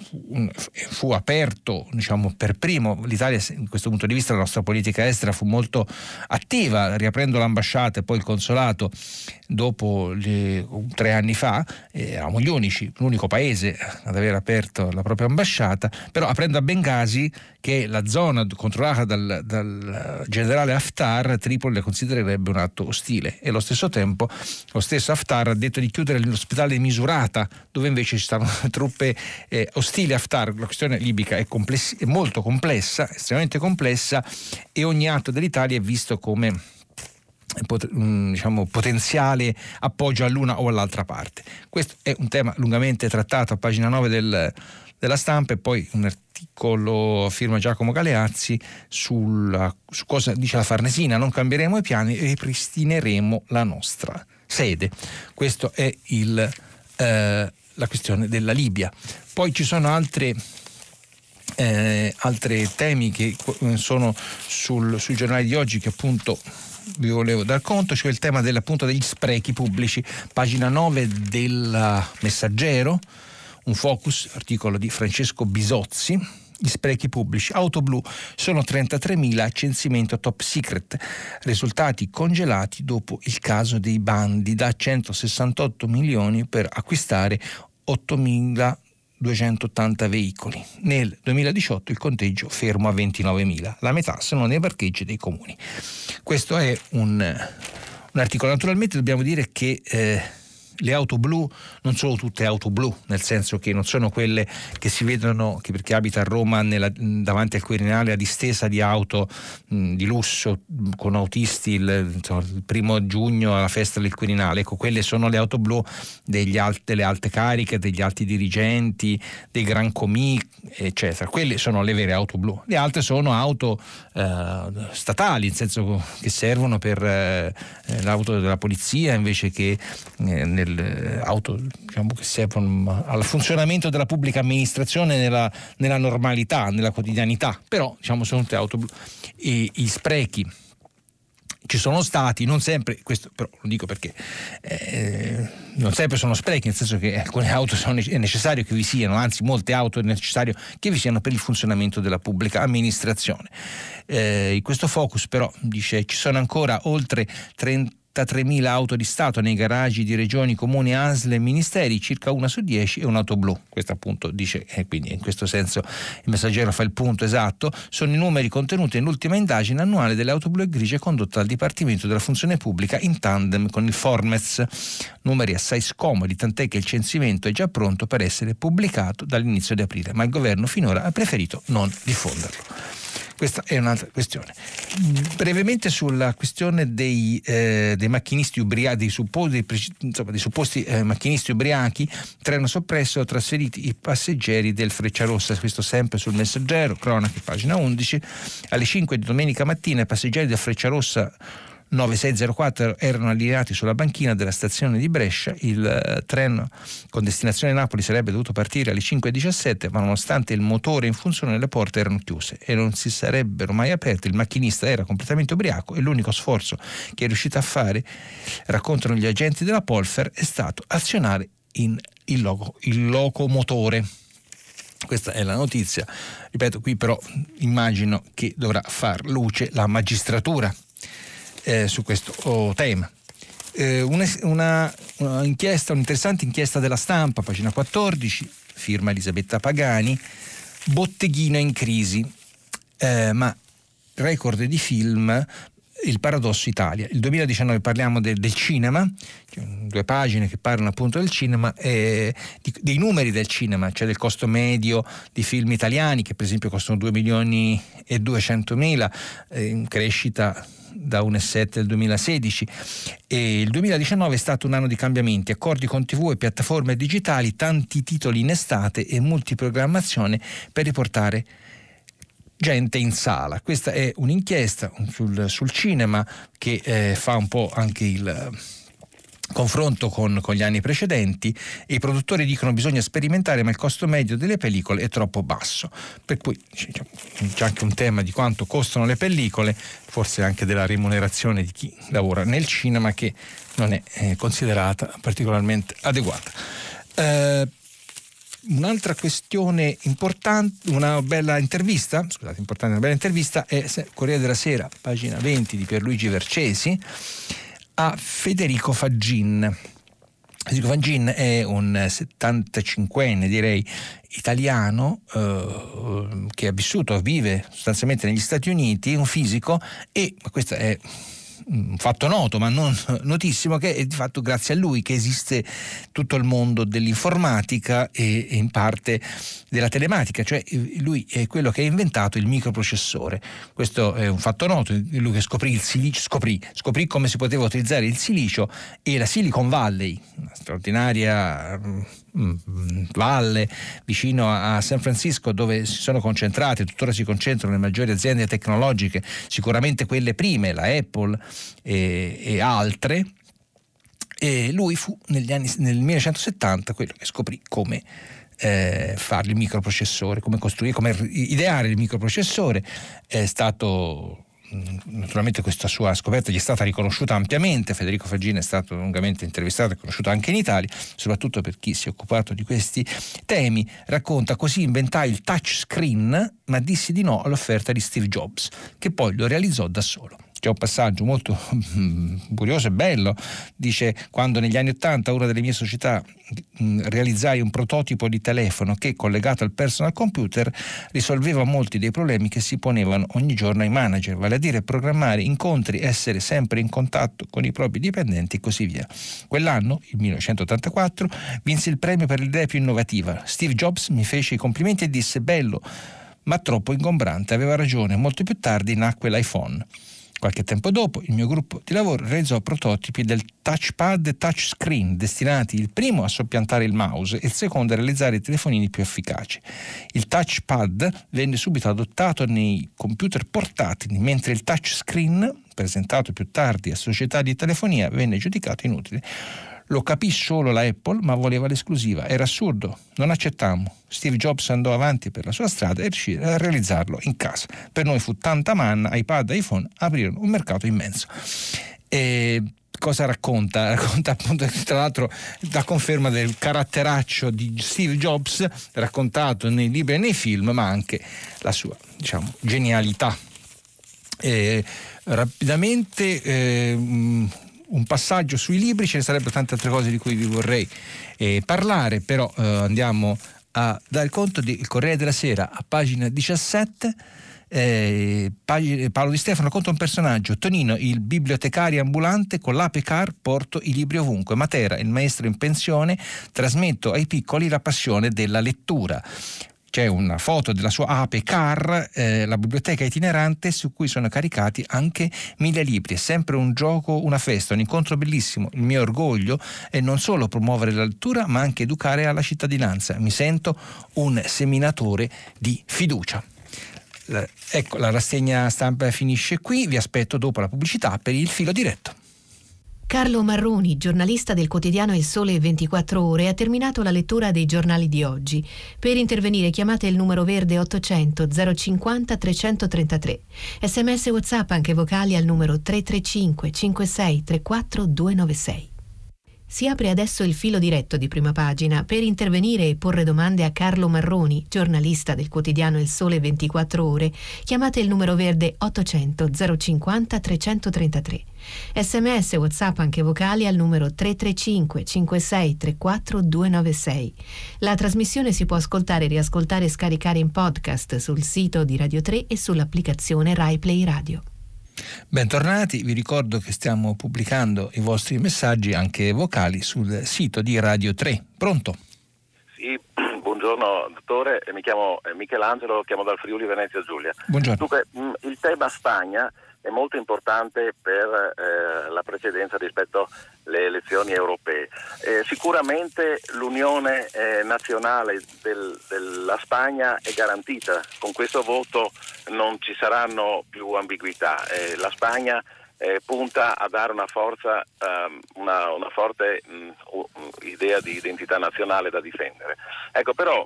Speaker 2: fu aperto, diciamo, per primo. L'Italia, in questo punto di vista, la nostra politica estera fu molto attiva, riaprendo l'ambasciata e poi il consolato dopo 3 anni fa. Eravamo l'unico paese ad aver aperto la propria ambasciata, però aprendo a Bengasi, che è la zona controllata dal generale Haftar, Tripoli la considererebbe un atto ostile. E allo stesso tempo lo stesso Haftar ha detto di chiudere l'ospedale di Misurata, dove invece ci stanno truppe ostili a Haftar. La questione libica è molto complessa, estremamente complessa, e ogni atto dell'Italia è visto come potenziale appoggio all'una o all'altra parte. Questo è un tema lungamente trattato a pagina 9 della Stampa, e poi un articolo a firma Giacomo Galeazzi su cosa dice la Farnesina: non cambieremo i piani, ripristineremo la nostra sede. Questo è la questione della Libia. Poi ci sono altri temi che sono sui giornali di oggi, che appunto vi volevo dar conto. Cioè il tema degli sprechi pubblici, pagina 9 del Messaggero, un focus, articolo di Francesco Bisozzi. Gli sprechi pubblici: auto blu, sono 33.000, censimento top secret, risultati congelati dopo il caso dei bandi, da 168 milioni per acquistare 8.280 veicoli. Nel 2018 il conteggio fermo a 29.000, la metà sono nei parcheggi dei comuni. Questo è un articolo. Naturalmente dobbiamo dire che le auto blu non sono tutte auto blu, nel senso che non sono quelle che si vedono, che per chi abita a Roma davanti al Quirinale, la distesa di auto di lusso con autisti il 1 giugno alla festa del Quirinale. Ecco, quelle sono le auto blu delle alte cariche, degli alti dirigenti, dei Gran Comì, eccetera. Quelle sono le vere auto blu. Le altre sono auto statali, nel senso che servono per l'auto della polizia, invece che auto, diciamo, che servono al funzionamento della pubblica amministrazione nella normalità, nella quotidianità. Però, diciamo, sono tutte auto blu. E gli sprechi ci sono stati, non sempre, questo però lo dico perché non sempre sono sprechi, nel senso che alcune auto è necessario che vi siano, anzi molte auto è necessario che vi siano per il funzionamento della pubblica amministrazione. In questo focus però dice: ci sono ancora oltre 30 33.000 auto di Stato nei garaggi di regioni, comuni, ASL e ministeri, circa 1 su 10 è un'auto blu. Questo appunto dice, quindi in questo senso il Messaggero fa il punto esatto. Sono i numeri contenuti nell'ultima indagine annuale delle auto blu e grigie condotta dal Dipartimento della Funzione Pubblica in tandem con il Formez. Numeri assai scomodi, tant'è che il censimento è già pronto per essere pubblicato dall'inizio di aprile, ma il governo finora ha preferito non diffonderlo. Questa è un'altra questione. Brevemente sulla questione dei macchinisti ubriachi, dei supposti macchinisti ubriachi, treno soppresso, trasferiti i passeggeri del Frecciarossa, questo sempre sul Messaggero, cronache, pagina 11. Alle 5 di domenica mattina i passeggeri del Frecciarossa 9604 erano allineati sulla banchina della stazione di Brescia. Il treno con destinazione Napoli sarebbe dovuto partire alle 5:17, ma nonostante il motore in funzione le porte erano chiuse e non si sarebbero mai aperte. Il macchinista era completamente ubriaco e l'unico sforzo che è riuscito a fare, raccontano gli agenti della Polfer, è stato azionare il locomotore. Questa è la notizia. Ripeto, qui però immagino che dovrà far luce la magistratura su questo tema. Una inchiesta, un'interessante inchiesta della Stampa, pagina 14, firma Elisabetta Pagani, botteghino in crisi, ma record di film, il paradosso Italia. Il 2019 parliamo del cinema, 2 pagine che parlano appunto del cinema, dei numeri del cinema, cioè del costo medio di film italiani che per esempio costano 2.200.000, in crescita da 1,7 del 2016, e il 2019 è stato un anno di cambiamenti, accordi con TV e piattaforme digitali, tanti titoli in estate e multiprogrammazione per riportare gente in sala. Questa è un'inchiesta sul cinema che fa un po' anche il confronto con gli anni precedenti, e i produttori dicono bisogna sperimentare, ma il costo medio delle pellicole è troppo basso, per cui c'è anche un tema di quanto costano le pellicole, forse anche della remunerazione di chi lavora nel cinema, che non è considerata particolarmente adeguata. Un'altra questione importante, una bella intervista è Corriere della Sera, pagina 20, di Pierluigi Vercesi, a Federico Faggin. Federico Faggin è un 75enne, direi, italiano, che vive sostanzialmente negli Stati Uniti, un fisico, e questo è un fatto noto ma non notissimo, che è di fatto grazie a lui che esiste tutto il mondo dell'informatica e in parte della telematica, cioè lui è quello che ha inventato il microprocessore. Questo è un fatto noto, lui che scoprì il silicio, scoprì come si poteva utilizzare il silicio, e la Silicon Valley, una straordinaria valle vicino a San Francisco, dove si sono concentrate, tuttora si concentrano le maggiori aziende tecnologiche, sicuramente quelle prime, la Apple e altre, e lui fu nel 1970 quello che scoprì come fare il microprocessore, come costruire, come ideare il microprocessore. È stato, naturalmente, questa sua scoperta gli è stata riconosciuta ampiamente. Federico Faggin è stato lungamente intervistato e conosciuto anche in Italia, soprattutto per chi si è occupato di questi temi. Racconta: così inventai il touchscreen, ma dissi di no all'offerta di Steve Jobs, che poi lo realizzò da solo. C'è un passaggio molto curioso e bello. Dice: quando negli anni '80 una delle mie società realizzai un prototipo di telefono che, collegato al personal computer, risolveva molti dei problemi che si ponevano ogni giorno ai manager, vale a dire programmare incontri, essere sempre in contatto con i propri dipendenti e così via. Quell'anno, il 1984, vinsi il premio per l'idea più innovativa. Steve Jobs mi fece i complimenti e disse: bello, ma troppo ingombrante. Aveva ragione. Molto più tardi nacque l'iPhone. Qualche tempo dopo il mio gruppo di lavoro realizzò prototipi del touchpad e touchscreen, destinati il primo a soppiantare il mouse e il secondo a realizzare i telefonini più efficaci. Il touchpad venne subito adottato nei computer portatili, mentre il touchscreen, presentato più tardi a società di telefonia, venne giudicato inutile. Lo capì solo la Apple, ma voleva l'esclusiva. Era assurdo, non accettammo. Steve Jobs andò avanti per la sua strada e riuscì a realizzarlo in casa. Per noi fu tanta manna, iPad e iPhone aprirono un mercato immenso. E cosa racconta? Racconta appunto, tra l'altro, la conferma del caratteraccio di Steve Jobs, raccontato nei libri e nei film, ma anche la sua, genialità. Rapidamente, un passaggio sui libri. Ce ne sarebbero tante altre cose di cui vi vorrei parlare, però andiamo a dare conto del Corriere della Sera a pagina 17. Paolo Di Stefano racconta un personaggio: Tonino, il bibliotecario ambulante, con l'Ape Car porto i libri ovunque. Matera, il maestro in pensione, trasmetto ai piccoli la passione della lettura. C'è una foto della sua Ape Car, la biblioteca itinerante su cui sono caricati anche 1000 libri. È sempre un gioco, una festa, un incontro bellissimo. Il mio orgoglio è non solo promuovere la lettura, ma anche educare alla cittadinanza. Mi sento un seminatore di fiducia. Ecco, la rassegna stampa finisce qui. Vi aspetto dopo la pubblicità per il filo diretto.
Speaker 1: Carlo Marroni, giornalista del quotidiano Il Sole 24 Ore, ha terminato la lettura dei giornali di oggi. Per intervenire chiamate il numero verde 800 050 333. SMS WhatsApp anche vocali al numero 335 56 34 296. Si apre adesso il filo diretto di Prima Pagina. Per intervenire e porre domande a Carlo Marroni, giornalista del quotidiano Il Sole 24 Ore, chiamate il numero verde 800 050 333. SMS WhatsApp anche vocali al numero 335 56 34 296. La trasmissione si può ascoltare, riascoltare e scaricare in podcast sul sito di Radio 3 e sull'applicazione Rai Play Radio.
Speaker 2: Bentornati, vi ricordo che stiamo pubblicando i vostri messaggi anche vocali sul sito di Radio 3. Pronto?
Speaker 3: Sì, buongiorno dottore, mi chiamo Michelangelo, chiamo dal Friuli Venezia Giulia.
Speaker 2: Buongiorno.
Speaker 3: Dunque, il tema Spagna è molto importante per la precedenza rispetto alle elezioni europee. Sicuramente l'unione nazionale della Spagna è garantita. Con questo voto non ci saranno più ambiguità. La Spagna punta a dare una forza, una forte idea di identità nazionale da difendere. Ecco, però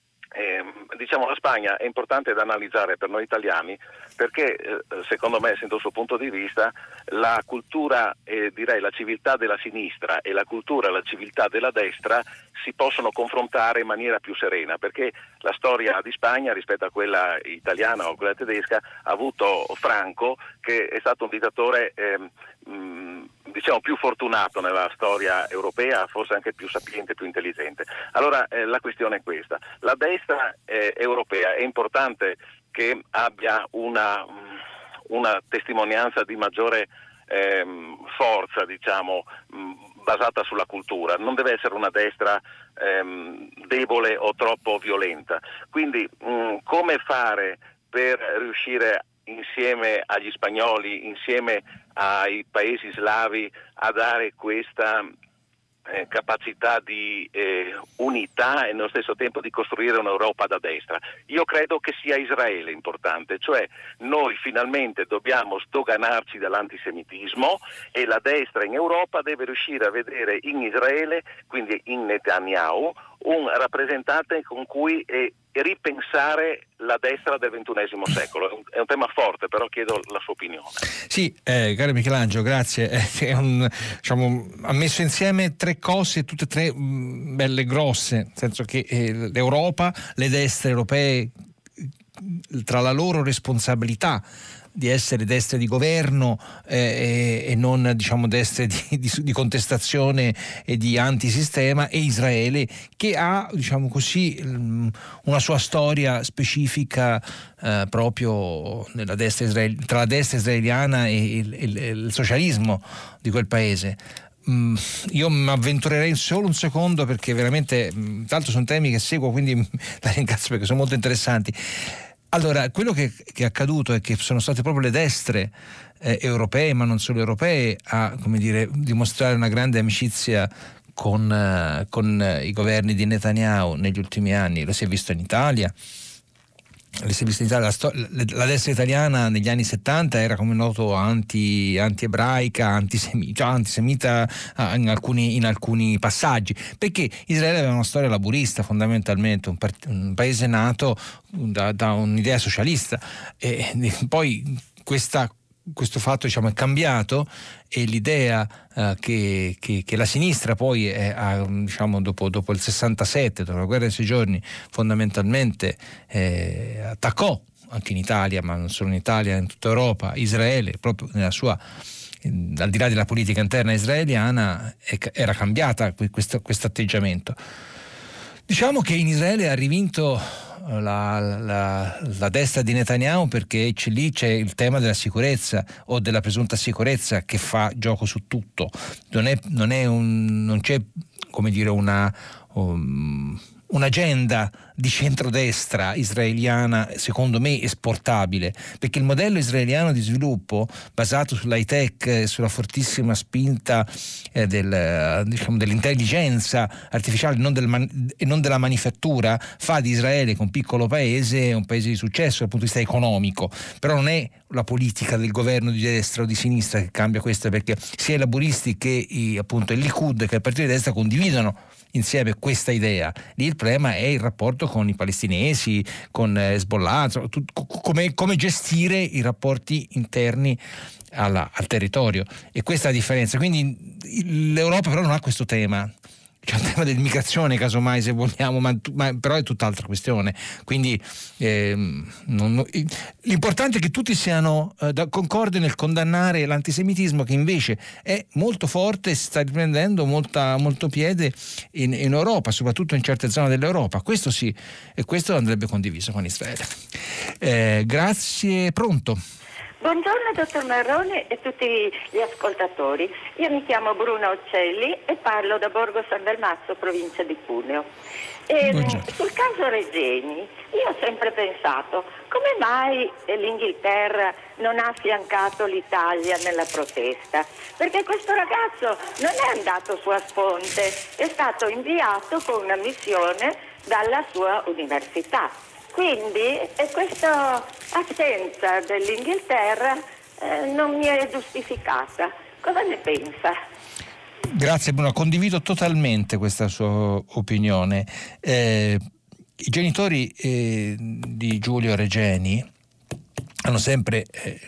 Speaker 3: diciamo la Spagna è importante da analizzare per noi italiani perché secondo me, sento il suo punto di vista, la cultura direi la civiltà della sinistra e la cultura e la civiltà della destra si possono confrontare in maniera più serena, perché la storia di Spagna rispetto a quella italiana o quella tedesca ha avuto Franco, che è stato un dittatore diciamo più fortunato nella storia europea, forse anche più sapiente, più intelligente. Allora la questione è questa: la destra europea è importante che abbia una testimonianza di maggiore forza, diciamo, basata sulla cultura. Non deve essere una destra debole o troppo violenta. Quindi come fare per riuscire insieme agli spagnoli, insieme ai paesi slavi, a dare questa capacità di unità e nello stesso tempo di costruire un'Europa da destra? Io credo che sia Israele importante, cioè noi finalmente dobbiamo sdoganarci dall'antisemitismo e la destra in Europa deve riuscire a vedere in Israele, quindi in Netanyahu, un rappresentante con cui ripensare la destra del XXI secolo. È un tema forte, però chiedo la sua opinione.
Speaker 2: Sì, caro Michelangelo, grazie. Diciamo, ha messo insieme tre cose, tutte e tre belle grosse, nel senso che l'Europa, le destre europee, tra la loro responsabilità di essere destre di governo e non, diciamo, destre di contestazione e di antisistema, e Israele, che ha, diciamo così, una sua storia specifica proprio nella destra tra la destra israeliana e il socialismo di quel paese. Io mi avventurerei solo un secondo, perché veramente tra l'altro sono temi che seguo, quindi la ringrazio perché sono molto interessanti. Allora, quello che è accaduto è che sono state proprio le destre europee, ma non solo europee, a, come dire, dimostrare una grande amicizia con i governi di Netanyahu negli ultimi anni. Lo si è visto in Italia. La destra italiana negli anni 70 era, come noto, anti-ebraica, antisemita in alcuni passaggi, perché Israele aveva una storia laburista, fondamentalmente un paese nato da un'idea socialista, e poi questo fatto, diciamo, è cambiato, e l'idea che la sinistra poi diciamo, dopo il 67, dopo la guerra dei 6 giorni, fondamentalmente attaccò anche in Italia, ma non solo in Italia, in tutta Europa, Israele proprio nella sua al di là della politica interna israeliana, era cambiata questo atteggiamento. Diciamo che in Israele ha rivinto la destra di Netanyahu, perché lì c'è il tema della sicurezza o della presunta sicurezza che fa gioco su tutto. Non c'è, come dire, un'agenda di centrodestra israeliana, secondo me, esportabile, perché il modello israeliano di sviluppo basato sull'high tech e sulla fortissima spinta dell'intelligenza artificiale e non della manifattura fa di Israele, che è un piccolo paese, un paese di successo dal punto di vista economico. Però non è la politica del governo di destra o di sinistra che cambia questo, perché sia i laburisti che appunto il Likud, che è il partito di destra, condividono insieme questa idea. Lì il problema è il rapporto con i palestinesi, con Hezbollah, come gestire i rapporti interni al territorio, e questa è la differenza. Quindi l'Europa però non ha questo tema. C'è il tema dell'immigrazione, casomai, se vogliamo, ma però è tutt'altra questione. Quindi l'importante è che tutti siano concordi nel condannare l'antisemitismo, che invece è molto forte e sta riprendendo molto piede in Europa, soprattutto in certe zone dell'Europa. Questo sì, e questo andrebbe condiviso con Israele. Grazie. Pronto?
Speaker 4: Buongiorno dottor Marrone e tutti gli ascoltatori. Io mi chiamo Bruna Uccelli e parlo da Borgo San Dalmazzo, provincia di Cuneo. Sul caso Regeni io ho sempre pensato come mai l'Inghilterra non ha affiancato l'Italia nella protesta, perché questo ragazzo non è andato su a sponte, è stato inviato con una missione dalla sua università. Quindi questa assenza dell'Inghilterra non mi è giustificata. Cosa ne pensa?
Speaker 2: Grazie Bruno, condivido totalmente questa sua opinione. I genitori di Giulio Regeni hanno sempre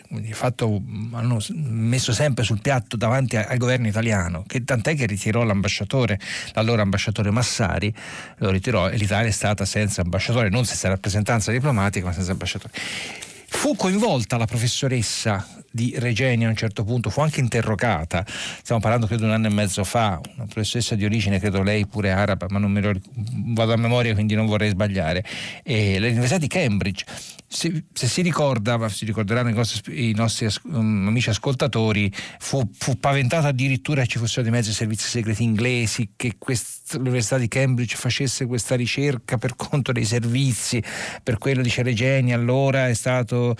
Speaker 2: hanno messo sempre sul piatto davanti al governo italiano, che tant'è che ritirò l'allora ambasciatore Massari, lo ritirò, e l'Italia è stata senza ambasciatore, non senza rappresentanza diplomatica, ma senza ambasciatore. Fu coinvolta la professoressa di Regeni a un certo punto, fu anche interrogata, stiamo parlando credo 1 anno e mezzo fa, una professoressa di origine, credo lei pure araba, ma non me lo vado a memoria, quindi non vorrei sbagliare, l'Università di Cambridge. Se si ricorderanno i nostri amici ascoltatori, fu paventato addirittura che ci fossero dei mezzi servizi segreti inglesi, che l'Università di Cambridge facesse questa ricerca per conto dei servizi. Per quello, dice Regeni, allora è stato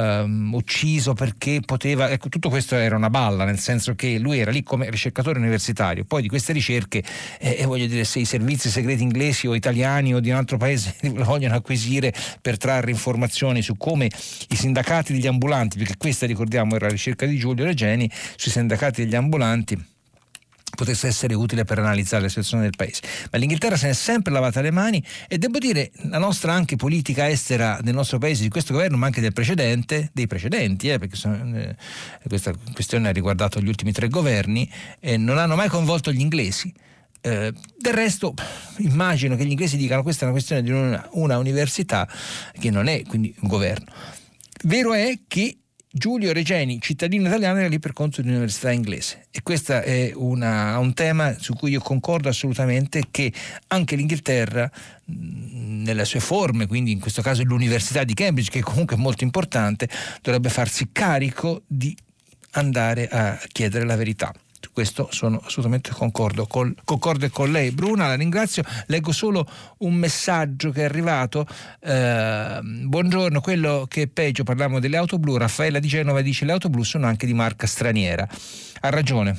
Speaker 2: ucciso perché poteva, ecco, tutto questo era una balla, nel senso che lui era lì come ricercatore universitario, poi di queste ricerche voglio dire, se i servizi segreti inglesi o italiani o di un altro paese lo vogliono acquisire per trarre informazioni su come i sindacati degli ambulanti, perché questa, ricordiamo, era la ricerca di Giulio Regeni, sui sindacati degli ambulanti, potesse essere utile per analizzare la situazione del paese. Ma l'Inghilterra se ne è sempre lavata le mani, e devo dire la nostra anche politica estera del nostro paese, di questo governo, ma anche dei precedenti, perché questa questione ha riguardato gli ultimi 3 governi, non hanno mai coinvolto gli inglesi. Del resto immagino che gli inglesi dicano: questa è una questione di una università, che non è quindi un governo. Vero è che Giulio Regeni, cittadino italiano, era lì per conto di un'università inglese, e questo è un tema su cui io concordo assolutamente, che anche l'Inghilterra nelle sue forme, quindi in questo caso l'Università di Cambridge, che comunque è molto importante, dovrebbe farsi carico di andare a chiedere la verità. Su questo sono assolutamente concorde con lei. Bruna, la ringrazio. Leggo solo un messaggio che è arrivato. Buongiorno, quello che è peggio, parliamo delle auto blu. Raffaella di Genova dice: le auto blu sono anche di marca straniera. Ha ragione.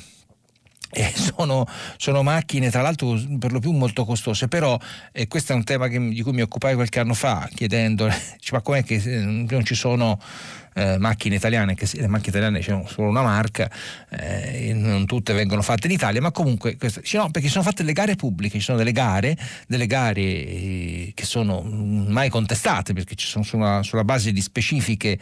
Speaker 2: Sono macchine, tra l'altro, per lo più molto costose, però questo è un tema di cui mi occupai qualche anno fa, chiedendo ma com'è che non ci sono macchine italiane, che le macchine italiane c'è solo una marca, non tutte vengono fatte in Italia, ma comunque no, perché sono fatte le gare pubbliche, ci sono delle gare che sono mai contestate, perché ci sono sulla base di specifici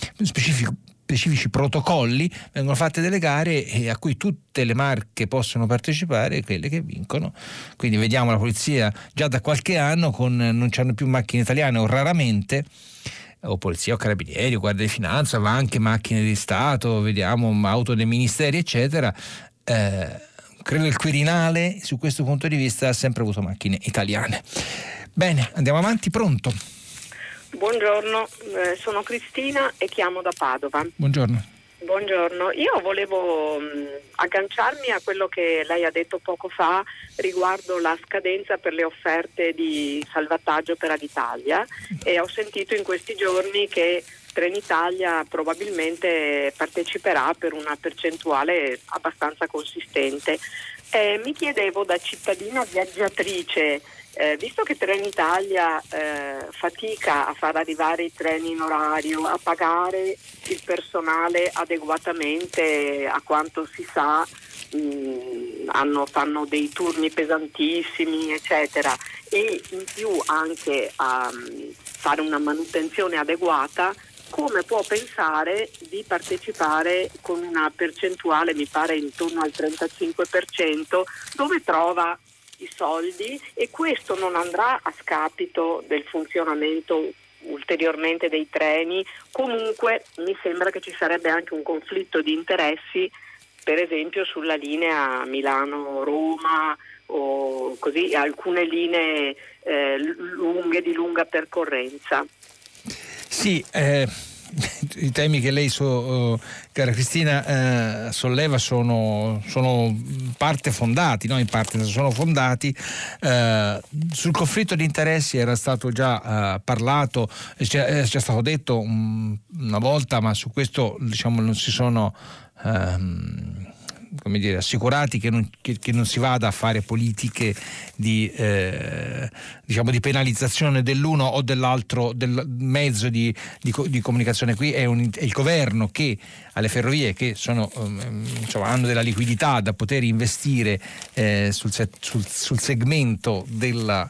Speaker 2: protocolli, vengono fatte delle gare a cui tutte le marche possono partecipare, quelle che vincono. Quindi vediamo la polizia già da qualche anno non c'hanno più macchine italiane, o raramente, o polizia o carabinieri o guardia di finanza, ma anche macchine di Stato, vediamo auto dei ministeri eccetera. Credo il Quirinale su questo punto di vista ha sempre avuto macchine italiane. Bene, andiamo avanti. Pronto?
Speaker 5: Buongiorno, sono Cristina e chiamo da Padova.
Speaker 2: Buongiorno.
Speaker 5: Buongiorno, io volevo agganciarmi a quello che lei ha detto poco fa riguardo la scadenza per le offerte di salvataggio per Alitalia, e ho sentito in questi giorni che Trenitalia probabilmente parteciperà per una percentuale abbastanza consistente. Mi chiedevo, da cittadina viaggiatrice, visto che Trenitalia fatica a far arrivare i treni in orario, a pagare il personale adeguatamente a quanto si sa, fanno dei turni pesantissimi eccetera, e in più anche a fare una manutenzione adeguata, come può pensare di partecipare con una percentuale, mi pare intorno al 35%, dove trova i soldi? E questo non andrà a scapito del funzionamento ulteriormente dei treni? Comunque mi sembra che ci sarebbe anche un conflitto di interessi, per esempio sulla linea Milano-Roma o così, alcune linee lunghe, di lunga percorrenza.
Speaker 2: Sì, i temi che lei, cara Cristina, solleva sono parte fondati, no? In parte sono fondati. Sul conflitto di interessi era stato già parlato, c'è stato detto una volta, ma su questo non si sono assicurati che non si vada a fare politiche di penalizzazione dell'uno o dell'altro del mezzo di comunicazione. Qui è il governo che alle ferrovie, che hanno della liquidità da poter investire sul segmento del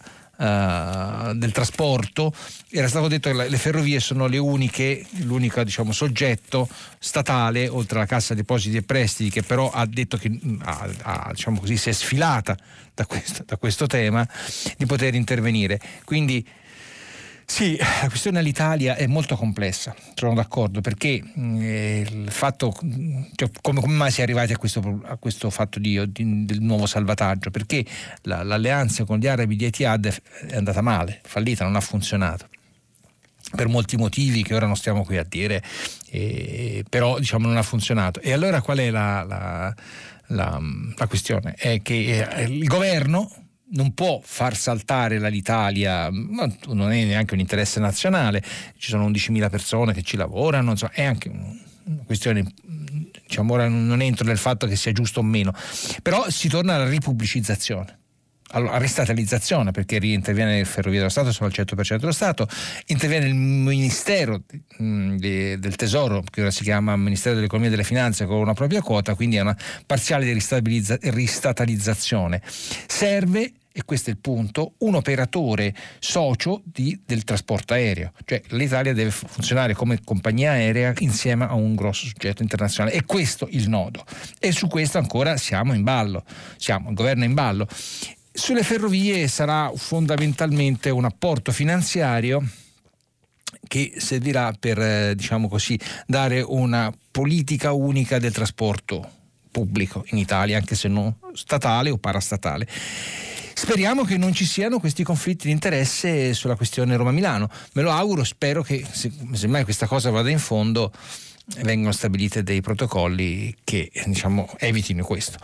Speaker 2: trasporto. Era stato detto che le ferrovie sono l'unico soggetto statale, oltre alla Cassa Depositi e Prestiti, che però ha detto che si è sfilata da questo tema, di poter intervenire. Quindi sì, la questione all'Italia è molto complessa, sono d'accordo, perché il fatto, come mai si è arrivati a questo fatto del nuovo salvataggio? Perché l'alleanza con gli arabi di Etihad è andata male, fallita, non ha funzionato, per molti motivi che ora non stiamo qui a dire, però non ha funzionato. E allora qual è la questione? È che il governo non può far saltare l'Alitalia, non è neanche un interesse nazionale, ci sono 11.000 persone che ci lavorano, è anche una questione, ora non entro nel fatto che sia giusto o meno, però si torna alla ripubblicizzazione, alla ristatalizzazione, perché riinterviene il Ferrovie dello Stato, sono al 100% dello Stato, interviene il Ministero del Tesoro, che ora si chiama Ministero dell'Economia e delle Finanze, con una propria quota, quindi è una parziale ristatalizzazione. Serve, e questo è il punto, un operatore socio del trasporto aereo, cioè l'Italia deve funzionare come compagnia aerea insieme a un grosso soggetto internazionale, e questo il nodo, e su questo ancora siamo in ballo, il governo è in ballo. Sulle ferrovie sarà fondamentalmente un apporto finanziario che servirà per dare una politica unica del trasporto pubblico in Italia, anche se non statale o parastatale. Speriamo che non ci siano questi conflitti di interesse sulla questione Roma-Milano. Me lo auguro, spero che semmai questa cosa vada in fondo, vengono stabiliti dei protocolli che evitino questo.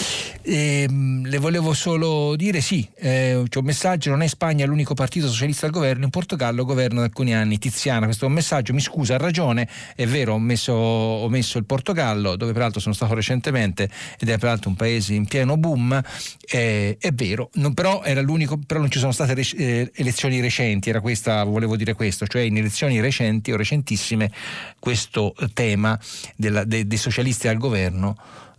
Speaker 2: Le volevo solo dire c'è un messaggio: non è Spagna l'unico partito socialista al governo, in Portogallo governo da alcuni anni. Tiziana, questo è un messaggio, mi scusa, ha ragione, è vero, ho messo il Portogallo, dove peraltro sono stato recentemente, ed è peraltro un paese in pieno boom, è vero, però era l'unico, però non ci sono state elezioni recenti, volevo dire questo, cioè in elezioni recenti o recentissime questo tema dei socialisti al governo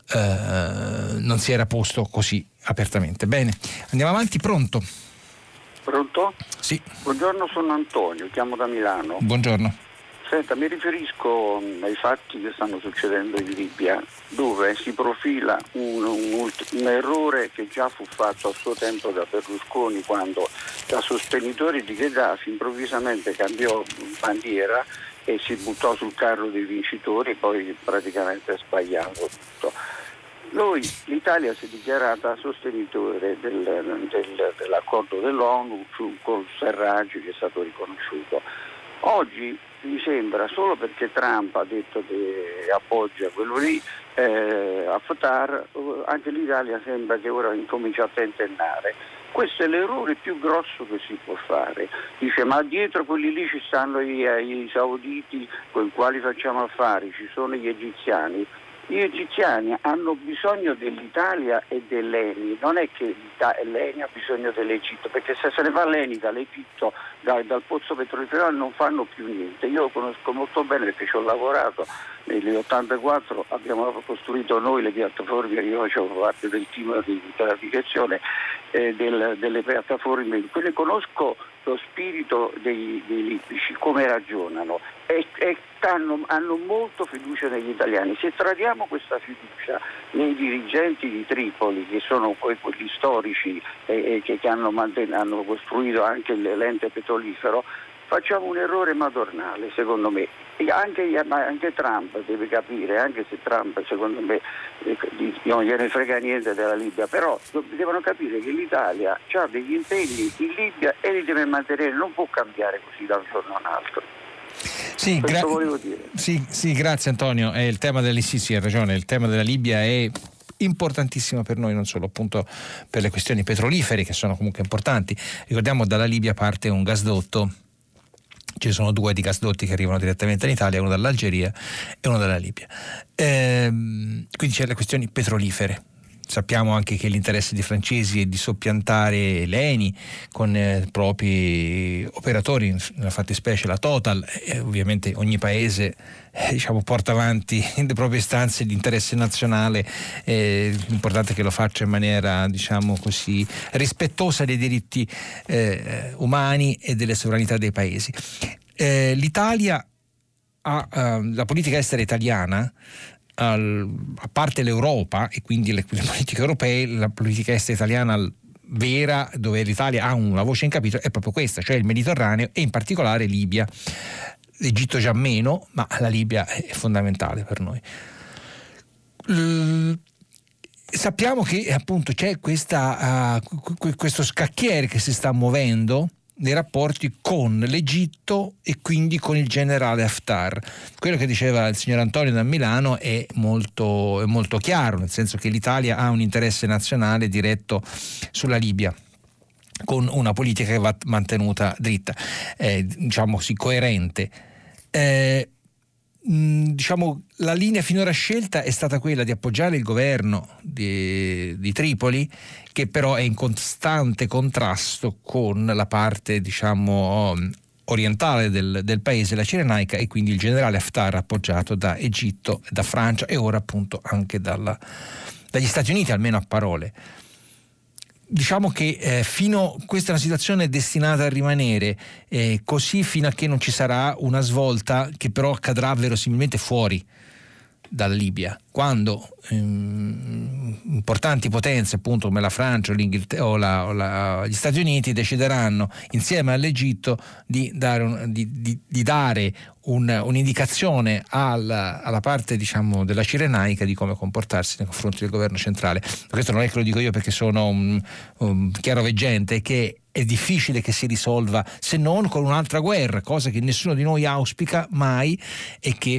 Speaker 2: non si era posto così apertamente. Bene, andiamo avanti. Pronto?
Speaker 6: Pronto?
Speaker 2: Sì.
Speaker 6: Buongiorno, sono Antonio, chiamo da Milano.
Speaker 2: Buongiorno.
Speaker 6: Senta, mi riferisco ai fatti che stanno succedendo in Libia, dove si profila un errore che già fu fatto a suo tempo da Berlusconi, quando da sostenitore di Gheddafi improvvisamente cambiò bandiera e si buttò sul carro dei vincitori, poi praticamente sbagliando tutto. L'Italia si è dichiarata sostenitore dell'accordo dell'ONU con Serraj, che è stato riconosciuto. Oggi mi sembra, solo perché Trump ha detto che appoggia quello lì, Haftar, anche l'Italia sembra che ora incomincia a tentennare. Questo è l'errore più grosso che si può fare. Dice, ma dietro quelli lì ci stanno i sauditi con i quali facciamo affari, ci sono gli egiziani. Gli egiziani hanno bisogno dell'Italia e dell'ENI, non è che l'ENI ha bisogno dell'Egitto, perché se se ne va l'ENI dall'Egitto, dal pozzo petrolifero, non fanno più niente. Io lo conosco molto bene perché ci ho lavorato, nell'84 abbiamo costruito noi le piattaforme, io facevo parte del team di pianificazione delle piattaforme, quindi conosco lo spirito dei libici, come ragionano e hanno molto fiducia negli italiani. Se tradiamo questa fiducia nei dirigenti di Tripoli, che sono quelli storici che hanno costruito anche l'ente petrolifero, facciamo un errore madornale, secondo me. E anche Trump deve capire, anche se Trump secondo me non gliene frega niente della Libia, però devono capire che l'Italia ha degli impegni in Libia e li deve mantenere, non può cambiare così da un giorno a un altro.
Speaker 2: Sì,
Speaker 6: volevo dire.
Speaker 2: Sì, grazie Antonio. Il tema sì, hai ragione, il tema della Libia è importantissimo per noi, non solo appunto per le questioni petrolifere, che sono comunque importanti. Ricordiamo, dalla Libia parte un gasdotto. Ci sono 2 di gasdotti che arrivano direttamente in Italia, uno dall'Algeria e uno dalla Libia. Quindi c'è le questioni petrolifere. Sappiamo anche che l'interesse dei francesi è di soppiantare l'ENI con propri operatori, nella fattispecie la Total, e ovviamente ogni paese porta avanti le proprie istanze di interesse nazionale. L'importante è che lo faccia in maniera così rispettosa dei diritti umani e delle sovranità dei paesi. L'Italia ha la politica estera italiana, a parte l'Europa e quindi le politiche europee, la politica estera italiana vera, dove l'Italia ha una voce in capitolo, è proprio questa, cioè il Mediterraneo e in particolare Libia. L'Egitto già meno, ma la Libia è fondamentale per noi. Sappiamo che appunto c'è questo scacchiere che si sta muovendo nei rapporti con l'Egitto e quindi con il generale Haftar. Quello che diceva il signor Antonio da Milano è molto chiaro, nel senso che l'Italia ha un interesse nazionale diretto sulla Libia, con una politica che va mantenuta dritta, coerente. La linea finora scelta è stata quella di appoggiare il governo di Tripoli, che però è in costante contrasto con la parte orientale del paese, la Cirenaica, e quindi il generale Haftar appoggiato da Egitto, da Francia e ora appunto anche dagli Stati Uniti, almeno a parole. Diciamo che questa è una situazione destinata a rimanere così fino a che non ci sarà una svolta, che però accadrà verosimilmente fuori dalla Libia, quando importanti potenze appunto come la Francia o gli Stati Uniti decideranno insieme all'Egitto di dare un'indicazione alla parte della Cirenaica di come comportarsi nei confronti del governo centrale. Questo non è che lo dico io perché sono un chiaroveggente, che è difficile che si risolva se non con un'altra guerra, cosa che nessuno di noi auspica mai e che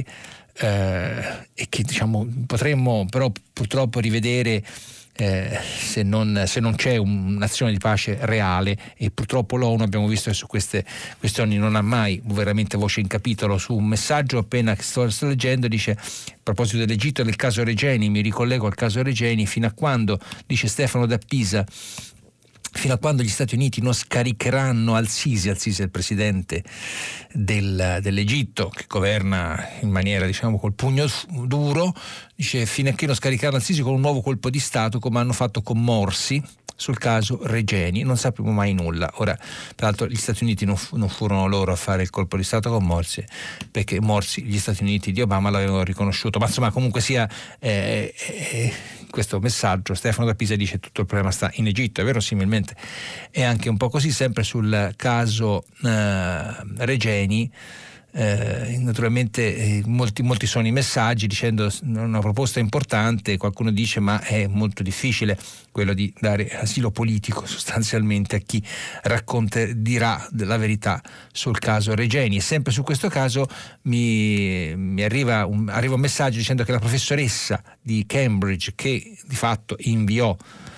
Speaker 2: potremmo però purtroppo rivedere se non c'è un'azione di pace reale, e purtroppo l'ONU, abbiamo visto che su queste questioni non ha mai veramente voce in capitolo. Su un messaggio appena che sto leggendo dice, a proposito dell'Egitto e del caso Regeni, mi ricollego al caso Regeni, fino a quando, dice Stefano da Pisa, fino a quando gli Stati Uniti non scaricheranno al-Sisi è il presidente dell'Egitto, che governa in maniera col pugno duro, dice, fino a che non scaricheranno al-Sisi con un nuovo colpo di Stato come hanno fatto con Morsi, sul caso Regeni. Non sapremo mai nulla. Ora, tra l'altro, gli Stati Uniti non furono loro a fare il colpo di Stato con Morsi, perché Morsi, gli Stati Uniti di Obama l'avevano riconosciuto, ma insomma comunque sia questo messaggio, Stefano da Pisa dice tutto il problema sta in Egitto, e verosimilmente è anche un po' così. Sempre sul caso Regeni, naturalmente molti sono i messaggi dicendo una proposta importante, qualcuno dice ma è molto difficile quello di dare asilo politico sostanzialmente a chi dirà la verità sul caso Regeni. E sempre su questo caso mi arriva un messaggio dicendo che la professoressa di Cambridge che di fatto inviò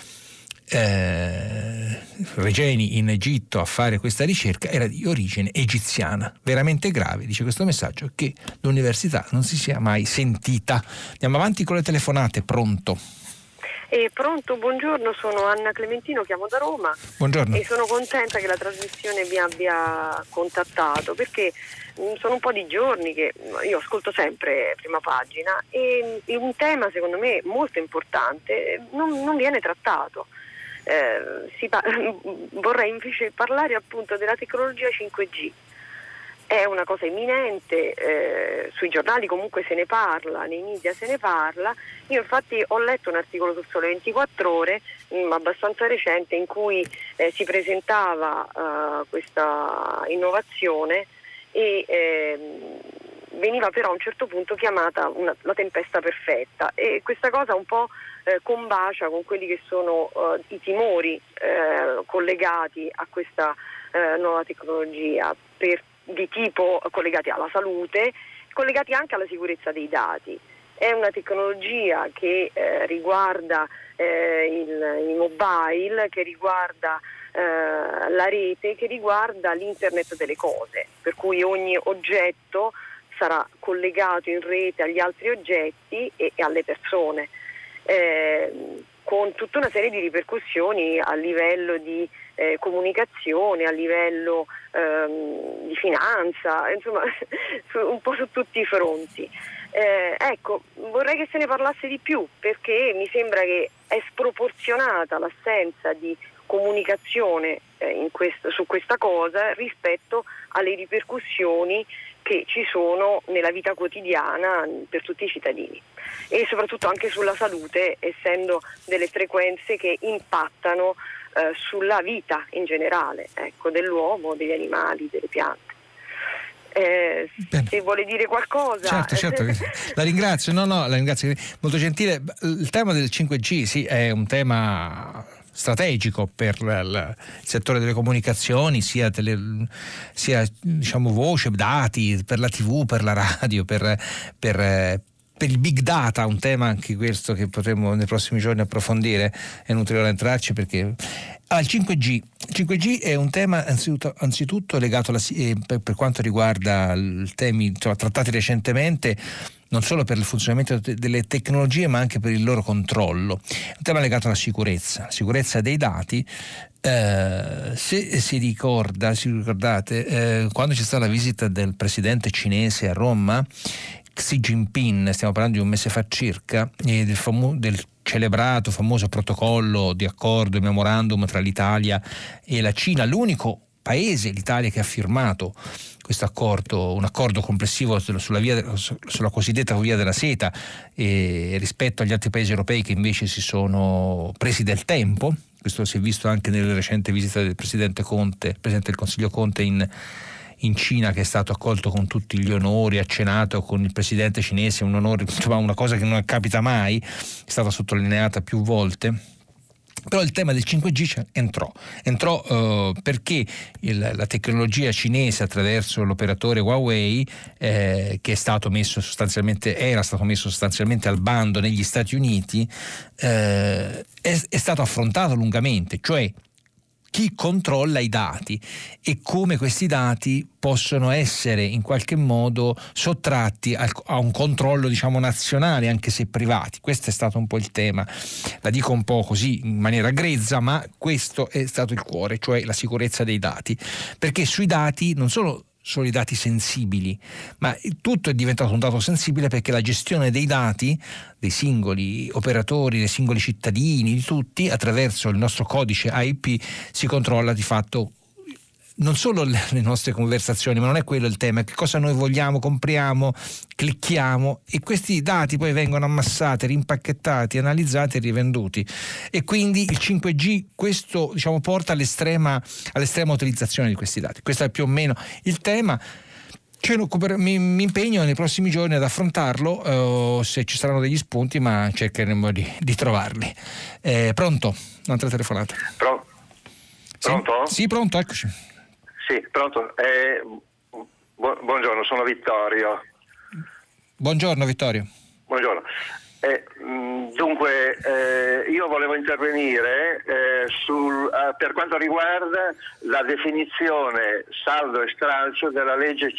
Speaker 2: Regeni in Egitto a fare questa ricerca era di origine egiziana. Veramente grave, dice questo messaggio, che l'università non si sia mai sentita. Andiamo avanti con le telefonate. Pronto?
Speaker 5: Pronto, buongiorno, sono Anna Clementino, chiamo da Roma. Buongiorno. E sono contenta che la trasmissione mi abbia contattato, perché sono un po' di giorni che io ascolto sempre Prima Pagina e un tema secondo me molto importante non viene trattato. Vorrei invece parlare appunto della tecnologia 5G. È una cosa imminente, sui giornali comunque se ne parla, nei media se ne parla. Io infatti ho letto un articolo sul Sole 24 Ore, abbastanza recente, in cui si presentava questa innovazione e veniva però a un certo punto chiamata la tempesta perfetta, e questa cosa un po' combacia con quelli che sono i timori collegati a questa nuova tecnologia, di tipo collegati alla salute, collegati anche alla sicurezza dei dati. È una tecnologia che riguarda i mobile, che riguarda la rete, che riguarda l'internet delle cose, per cui ogni oggetto sarà collegato in rete agli altri oggetti e alle persone, con tutta una serie di ripercussioni a livello di comunicazione, a livello di finanza, insomma un po' su tutti i fronti. Ecco, vorrei che se ne parlasse di più, perché mi sembra che è sproporzionata l'assenza di comunicazione su questa cosa rispetto alle ripercussioni che ci sono nella vita quotidiana per tutti i cittadini, e soprattutto anche sulla salute, essendo delle frequenze che impattano sulla vita in generale, ecco, dell'uomo, degli animali, delle piante. Se vuole dire qualcosa.
Speaker 2: Certo. La ringrazio, la ringrazio, molto gentile. Il tema del 5G sì, è un tema strategico per il settore delle comunicazioni, sia diciamo voce, dati, per la TV, per la radio, per il big data, un tema anche questo che potremo nei prossimi giorni approfondire, è inutile entrarci perché il 5G è un tema anzitutto legato per quanto riguarda i temi trattati recentemente, non solo per il funzionamento delle tecnologie ma anche per il loro controllo. È un tema legato alla sicurezza dei dati. Se ricordate, quando c'è stata la visita del presidente cinese a Roma, Xi Jinping, stiamo parlando di un mese fa circa, del celebrato famoso protocollo di accordo e memorandum tra l'Italia e la Cina, l'unico paese, l'Italia, che ha firmato questo accordo, un accordo complessivo sulla cosiddetta via della seta, rispetto agli altri paesi europei che invece si sono presi del tempo. Questo si è visto anche nelle recenti visite del presidente del Consiglio Conte in Cina, che è stato accolto con tutti gli onori, ha cenato con il presidente cinese, un onore, insomma una cosa che non capita mai, è stata sottolineata più volte. Però il tema del 5G entrò perché la tecnologia cinese attraverso l'operatore Huawei, che era stato messo sostanzialmente al bando negli Stati Uniti, è stato affrontato lungamente, cioè chi controlla i dati e come questi dati possono essere in qualche modo sottratti a un controllo, diciamo, nazionale, anche se privati. Questo è stato un po' il tema, la dico un po' così in maniera grezza, ma questo è stato il cuore, cioè la sicurezza dei dati, perché sui dati non solo solo i dati sensibili, ma tutto è diventato un dato sensibile perché la gestione dei dati dei singoli operatori, dei singoli cittadini, di tutti, attraverso il nostro codice IP si controlla di fatto non solo le nostre conversazioni, ma non è quello il tema, è che cosa noi vogliamo, compriamo, clicchiamo, e questi dati poi vengono ammassati, rimpacchettati, analizzati e rivenduti, e quindi il 5G questo porta all'estrema utilizzazione di questi dati. Questo è più o meno il tema. Mi impegno nei prossimi giorni ad affrontarlo, se ci saranno degli spunti, ma cercheremo di trovarli. Pronto? Un'altra telefonata.
Speaker 7: Pronto?
Speaker 2: Sì, pronto, eccoci.
Speaker 7: Sì, pronto. Buongiorno, sono Vittorio.
Speaker 2: Buongiorno Vittorio.
Speaker 7: Buongiorno. Dunque, io volevo intervenire per quanto riguarda la definizione saldo e stralcio della legge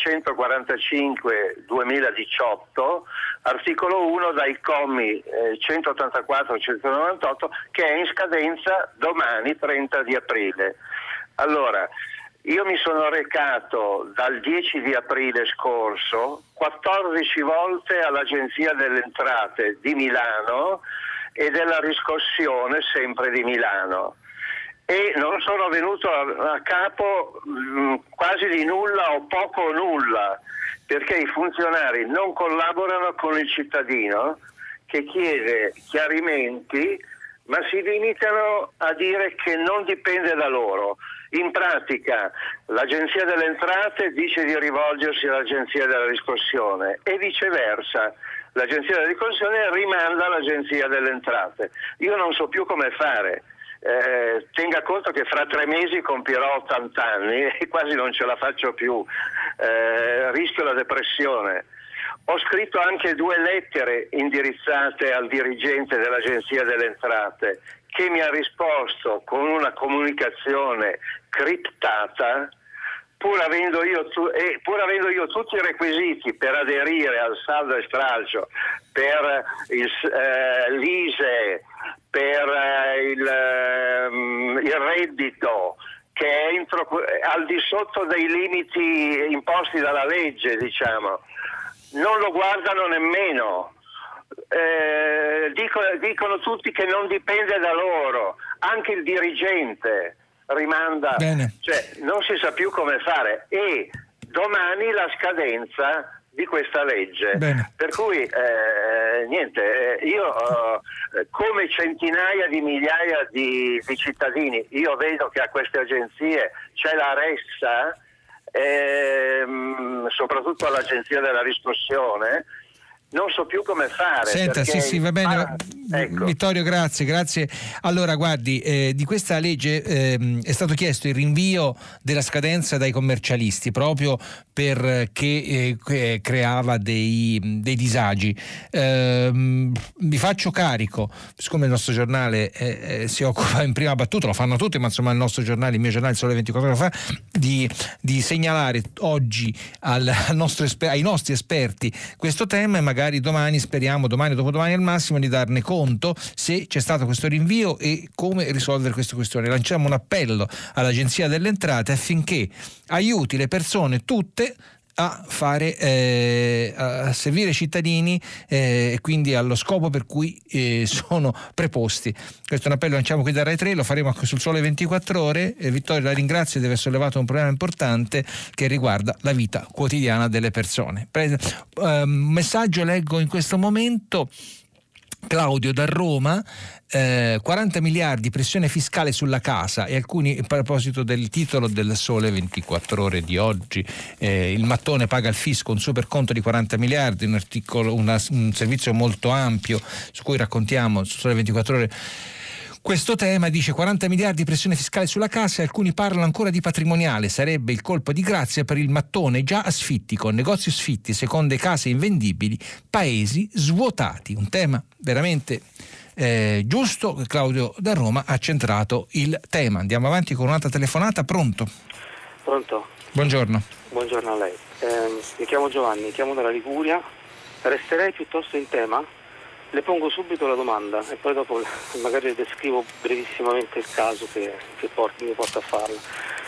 Speaker 7: 145/2018, articolo 1, dai commi 184 e 198, che è in scadenza domani 30 di aprile. Allora, io mi sono recato dal 10 di aprile scorso 14 volte all'Agenzia delle Entrate di Milano e della Riscossione sempre di Milano, e non sono venuto a capo quasi di nulla o poco o nulla, perché i funzionari non collaborano con il cittadino che chiede chiarimenti, ma si limitano a dire che non dipende da loro. In pratica l'Agenzia delle Entrate dice di rivolgersi all'Agenzia della Riscossione e viceversa, l'Agenzia della Riscossione rimanda all'Agenzia delle Entrate. Io non so più come fare. Tenga conto che fra 3 mesi compierò 80 anni e quasi non ce la faccio più, rischio la depressione. Ho scritto anche 2 lettere indirizzate al dirigente dell'Agenzia delle Entrate, che mi ha risposto con una comunicazione criptata, pur avendo io tutti i requisiti per aderire al saldo e stralcio, per l'ISEE, per il reddito, che è al di sotto dei limiti imposti dalla legge, non lo guardano nemmeno. Dicono tutti che non dipende da loro, anche il dirigente rimanda. Bene. Cioè non si sa più come fare, e domani la scadenza di questa legge. Bene. Per cui io come centinaia di migliaia di cittadini, io vedo che a queste agenzie c'è la ressa, soprattutto all'Agenzia della Riscossione. Non so più come fare.
Speaker 2: Senta, sì, va bene. Ecco. Vittorio, grazie. Allora, guardi, di questa legge è stato chiesto il rinvio della scadenza dai commercialisti, proprio perché creava dei disagi. Vi faccio carico, siccome il nostro giornale si occupa in prima battuta, lo fanno tutti, ma insomma il mio giornale, il Sole 24 ore fa, di segnalare oggi ai nostri esperti questo tema, e magari domani, speriamo domani o dopodomani al massimo, di darne conto se c'è stato questo rinvio e come risolvere queste questioni. Lanciamo un appello all'Agenzia delle Entrate affinché aiuti le persone tutte a fare a servire i cittadini, e quindi allo scopo per cui sono preposti. Questo è un appello, lanciamo qui da Rai 3, lo faremo anche sul Sole 24 ore. Vittorio, la ringrazio di aver sollevato un problema importante che riguarda la vita quotidiana delle persone. Un messaggio leggo in questo momento. Claudio da Roma, 40 miliardi pressione fiscale sulla casa, e alcuni, a proposito del titolo del Sole 24 ore di oggi, il mattone paga al fisco un super conto di 40 miliardi, un articolo, un servizio molto ampio su cui raccontiamo su Sole 24 ore questo tema. Dice 40 miliardi pressione fiscale sulla casa, e alcuni parlano ancora di patrimoniale, sarebbe il colpo di grazia per il mattone già asfittico, negozi sfitti, seconde case invendibili, paesi svuotati. Un tema veramente giusto. Claudio da Roma ha centrato il tema. Andiamo avanti con un'altra telefonata. Pronto? Buongiorno
Speaker 8: a lei. Mi chiamo Giovanni, chiamo dalla Liguria. Resterei piuttosto in tema. Le pongo subito la domanda e poi dopo magari descrivo brevissimamente il caso che mi porta a farla.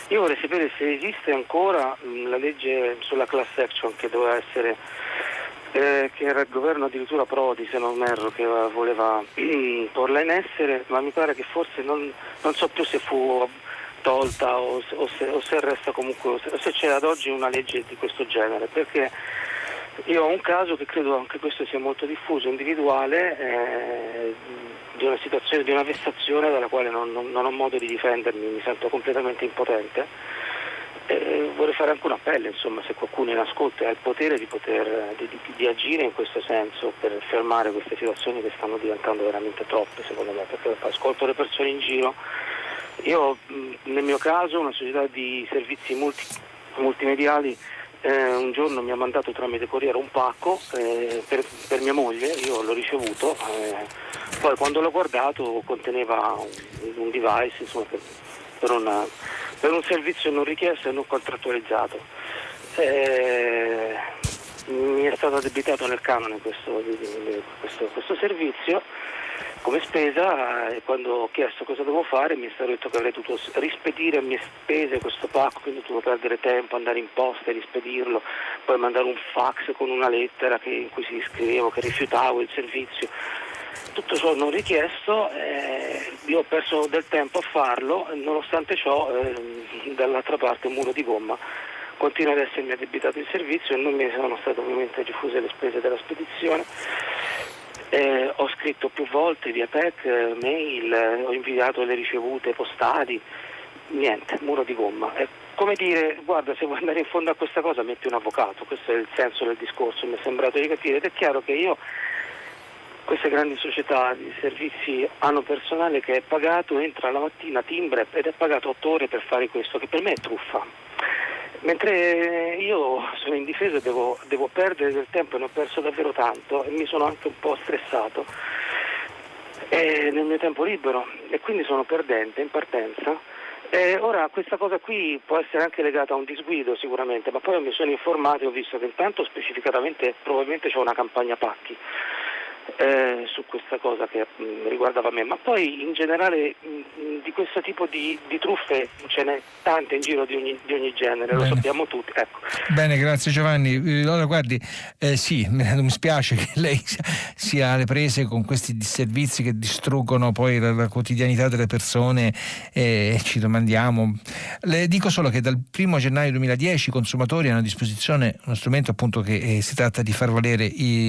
Speaker 8: Io vorrei sapere se esiste ancora la legge sulla class action che doveva essere, che era il governo addirittura Prodi, se non erro, che voleva porla in essere, ma mi pare che forse non so più se fu tolta o se resta comunque, se c'è ad oggi una legge di questo genere, perché io ho un caso che credo anche questo sia molto diffuso, individuale, di una situazione, di una vessazione dalla quale non ho modo di difendermi, mi sento completamente impotente. Vorrei fare anche un appello, insomma, se qualcuno in ascolto ha il potere di agire in questo senso per fermare queste situazioni che stanno diventando veramente troppe, secondo me, perché ascolto le persone in giro. Io nel mio caso una società di servizi multimediali un giorno mi ha mandato tramite corriere un pacco per mia moglie, io l'ho ricevuto, poi quando l'ho guardato conteneva un device, insomma, per un servizio non richiesto e non contrattualizzato. Mi è stato addebitato nel canone questo servizio come spesa, e quando ho chiesto cosa devo fare mi è stato detto che avrei dovuto rispedire a mie spese questo pacco, quindi ho dovuto perdere tempo, andare in posta e rispedirlo, poi mandare un fax con una lettera in cui si scrivevo che rifiutavo il servizio. Tutto ciò non richiesto, io ho perso del tempo a farlo, nonostante ciò dall'altra parte un muro di gomma continua ad essermi addebitato il servizio e non mi sono state ovviamente diffuse le spese della spedizione. Ho scritto più volte via PEC, mail, ho inviato le ricevute postali, niente, muro di gomma. Come dire, guarda, se vuoi andare in fondo a questa cosa metti un avvocato, questo è il senso del discorso, mi è sembrato di capire, ed è chiaro che queste grandi società di servizi hanno personale che è pagato, entra la mattina, timbra ed è pagato 8 ore per fare questo, che per me è truffa. Mentre io sono indifeso e devo perdere del tempo, e ne ho perso davvero tanto e mi sono anche un po' stressato nel mio tempo libero e quindi sono perdente in partenza. Ora questa cosa qui può essere anche legata a un disguido sicuramente, ma poi mi sono informato e ho visto che intanto specificatamente probabilmente c'è una campagna pacchi su questa cosa che riguardava me, ma poi in generale di questo tipo di truffe ce n'è tante in giro di ogni genere. Bene. Lo sappiamo tutti, ecco.
Speaker 2: Bene, grazie Giovanni. Allora guardi, sì, mi spiace che lei sia alle prese con questi servizi che distruggono poi la quotidianità delle persone, ci domandiamo. Le dico solo che dal 1 gennaio 2010 i consumatori hanno a disposizione uno strumento, appunto, che si tratta di far valere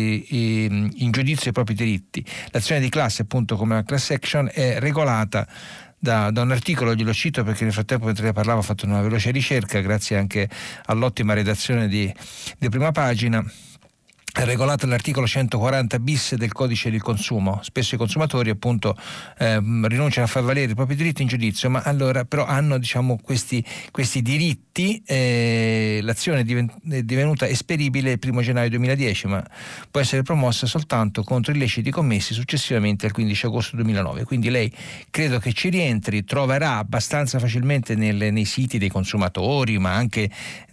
Speaker 2: in giudizio i propri diritti. L'azione di classe, appunto, come la class action, è regolata da un articolo, glielo cito perché nel frattempo mentre ne parlavo ho fatto una veloce ricerca grazie anche all'ottima redazione di Prima Pagina. È regolata l'articolo 140 bis del codice del consumo. Spesso i consumatori, appunto, rinunciano a far valere i propri diritti in giudizio, ma allora però hanno, diciamo, questi diritti. L'azione è divenuta esperibile il 1 gennaio 2010, ma può essere promossa soltanto contro illeciti commessi successivamente al 15 agosto 2009. Quindi lei credo che ci rientri, troverà abbastanza facilmente nei siti dei consumatori, ma anche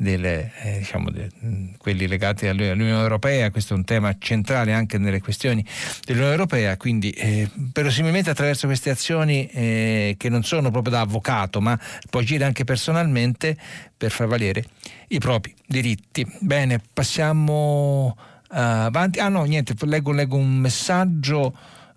Speaker 2: quelli legati all'Unione Europea. Questo è un tema centrale anche nelle questioni dell'Unione Europea, quindi verosimilmente attraverso queste azioni che non sono proprio da avvocato, ma può agire anche personalmente per far valere i propri diritti. Bene, passiamo avanti. Leggo un messaggio.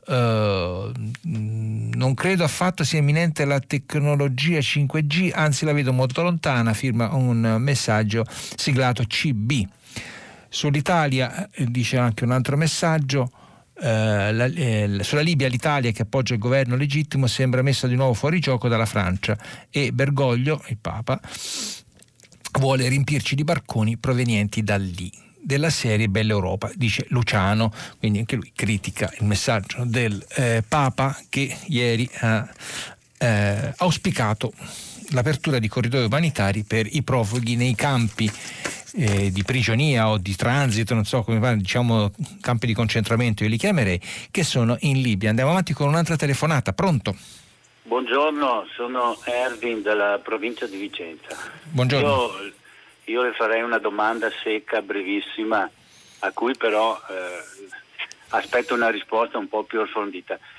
Speaker 2: Non credo affatto sia imminente la tecnologia 5G, anzi la vedo molto lontana, firma un messaggio siglato CB. Sull'Italia dice anche un altro messaggio, sulla Libia l'Italia, che appoggia il governo legittimo, sembra messa di nuovo fuori gioco dalla Francia, e Bergoglio, il Papa, vuole riempirci di barconi provenienti da lì, della serie Bella Europa, dice Luciano. Quindi anche lui critica il messaggio del Papa, che ieri ha auspicato l'apertura di corridoi umanitari per i profughi nei campi di prigionia o di transito, non so come fare, diciamo campi di concentramento io li chiamerei, che sono in Libia. Andiamo avanti con un'altra telefonata. Pronto?
Speaker 9: Buongiorno, sono Erwin della provincia di Vicenza.
Speaker 2: Buongiorno.
Speaker 9: Io le farei una domanda secca, brevissima, a cui però aspetto una risposta un po' più approfondita.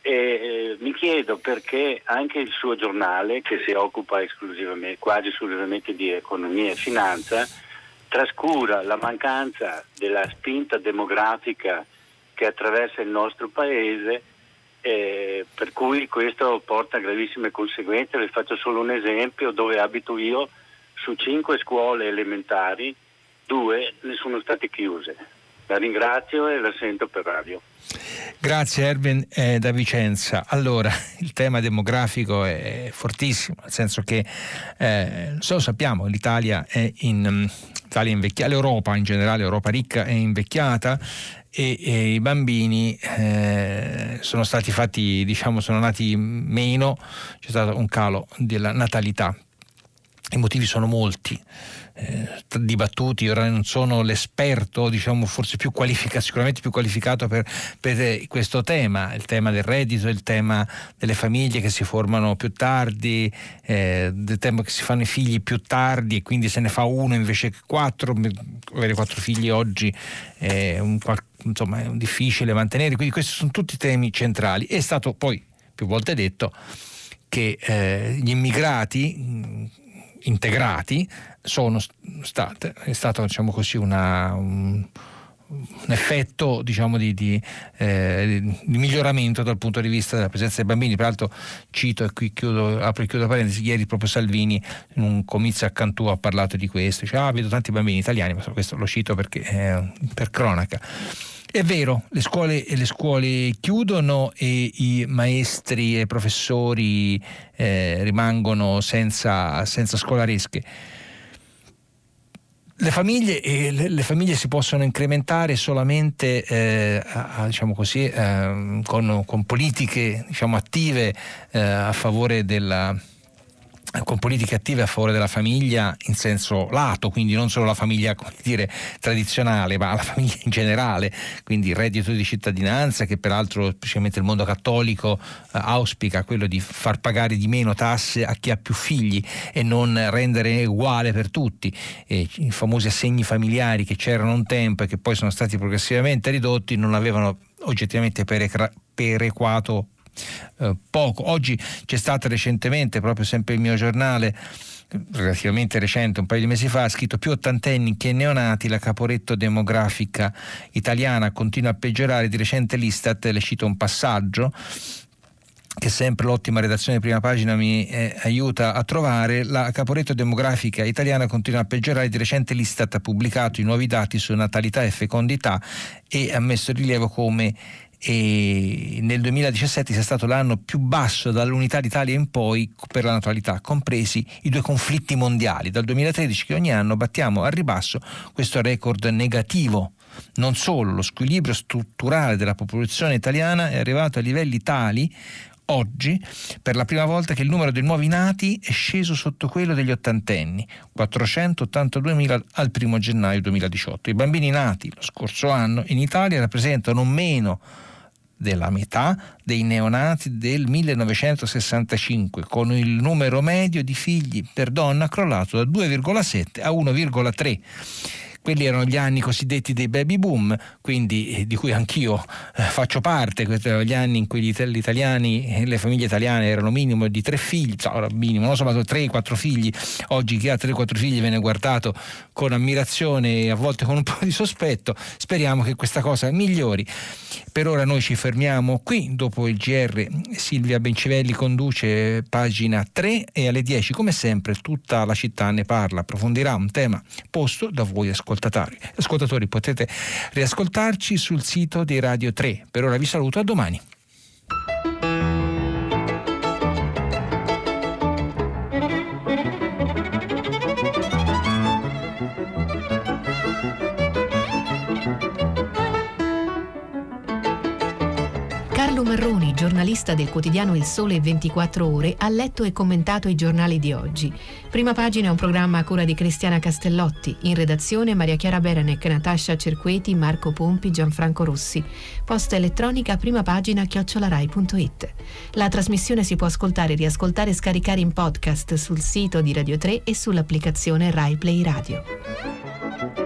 Speaker 9: Mi chiedo perché anche il suo giornale, che si occupa quasi esclusivamente di economia e finanza, trascura la mancanza della spinta demografica che attraversa il nostro paese, per cui questo porta a gravissime conseguenze. Le faccio solo un esempio: dove abito io, su 5 scuole elementari 2 ne sono state chiuse. La ringrazio e la sento per radio.
Speaker 2: Grazie Erwin da Vicenza. Allora, il tema demografico è fortissimo, nel senso che lo sappiamo, l'Italia è invecchiata, l'Europa in generale, l'Europa ricca è invecchiata, e i bambini sono stati fatti, sono nati meno, c'è stato un calo della natalità. I motivi sono molti, dibattuti. Ora non sono l'esperto, forse sicuramente più qualificato per questo tema, il tema del reddito, il tema delle famiglie che si formano più tardi, del tema che si fanno i figli più tardi e quindi se ne fa uno invece che 4. Avere 4 figli oggi è difficile mantenere, quindi questi sono tutti temi centrali. È stato poi più volte detto che gli immigrati integrati è stato un effetto di miglioramento dal punto di vista della presenza dei bambini. Peraltro cito, e qui apro e chiudo parentesi, ieri proprio Salvini in un comizio a Cantù ha parlato di questo, dice vedo tanti bambini italiani, ma questo lo cito perché per cronaca. È vero, le scuole chiudono e i maestri e i professori rimangono senza scolaresche. Le famiglie si possono incrementare solamente con politiche attive a favore della famiglia in senso lato, quindi non solo la famiglia tradizionale, ma la famiglia in generale, quindi il reddito di cittadinanza, che peraltro specialmente il mondo cattolico auspica, quello di far pagare di meno tasse a chi ha più figli e non rendere uguale per tutti. I famosi assegni familiari che c'erano un tempo e che poi sono stati progressivamente ridotti non avevano oggettivamente perequato poco. Oggi c'è stata recentemente, proprio sempre il mio giornale, relativamente recente, un paio di mesi fa, ha scritto: più ottantenni che neonati, la Caporetto demografica italiana continua a peggiorare. Di recente l'Istat, le cito un passaggio che sempre l'ottima redazione di Prima Pagina mi aiuta a trovare: la Caporetto demografica italiana continua a peggiorare. Di recente l'Istat ha pubblicato i nuovi dati su natalità e fecondità e ha messo in rilievo come nel 2017 sia stato l'anno più basso dall'unità d'Italia in poi per la natalità, compresi i 2 conflitti mondiali. Dal 2013 che ogni anno battiamo al ribasso questo record negativo. Non solo, lo squilibrio strutturale della popolazione italiana è arrivato a livelli tali oggi, per la prima volta, che il numero dei nuovi nati è sceso sotto quello degli ottantenni, 482.000 al 1 gennaio 2018. I bambini nati lo scorso anno in Italia rappresentano meno della metà dei neonati del 1965, con il numero medio di figli per donna crollato da 2,7 a 1,3. Quelli erano gli anni cosiddetti dei baby boom, quindi di cui anch'io faccio parte. Questi erano gli anni in cui gli italiani, le famiglie italiane erano minimo di 3 figli, minimo, non so, ma 3-4 figli. Oggi chi ha 3-4 figli viene guardato con ammirazione e a volte con un po' di sospetto. Speriamo che questa cosa migliori. Per ora noi ci fermiamo qui. Dopo il GR Silvia Bencivelli conduce Pagina 3 e alle 10 come sempre Tutta la città ne parla, approfondirà un tema posto da voi ascoltatori. Potete riascoltarci sul sito di Radio 3. Per ora vi saluto, a domani.
Speaker 1: Carlo Marroni, giornalista del quotidiano Il Sole 24 Ore, ha letto e commentato i giornali di oggi. Prima Pagina è un programma a cura di Cristiana Castellotti, in redazione Maria Chiara Berenec, Natascia Cerqueti, Marco Pompi, Gianfranco Rossi. Posta elettronica primapagina@rai.it. La trasmissione si può ascoltare, riascoltare e scaricare in podcast sul sito di Radio 3 e sull'applicazione Rai Play Radio.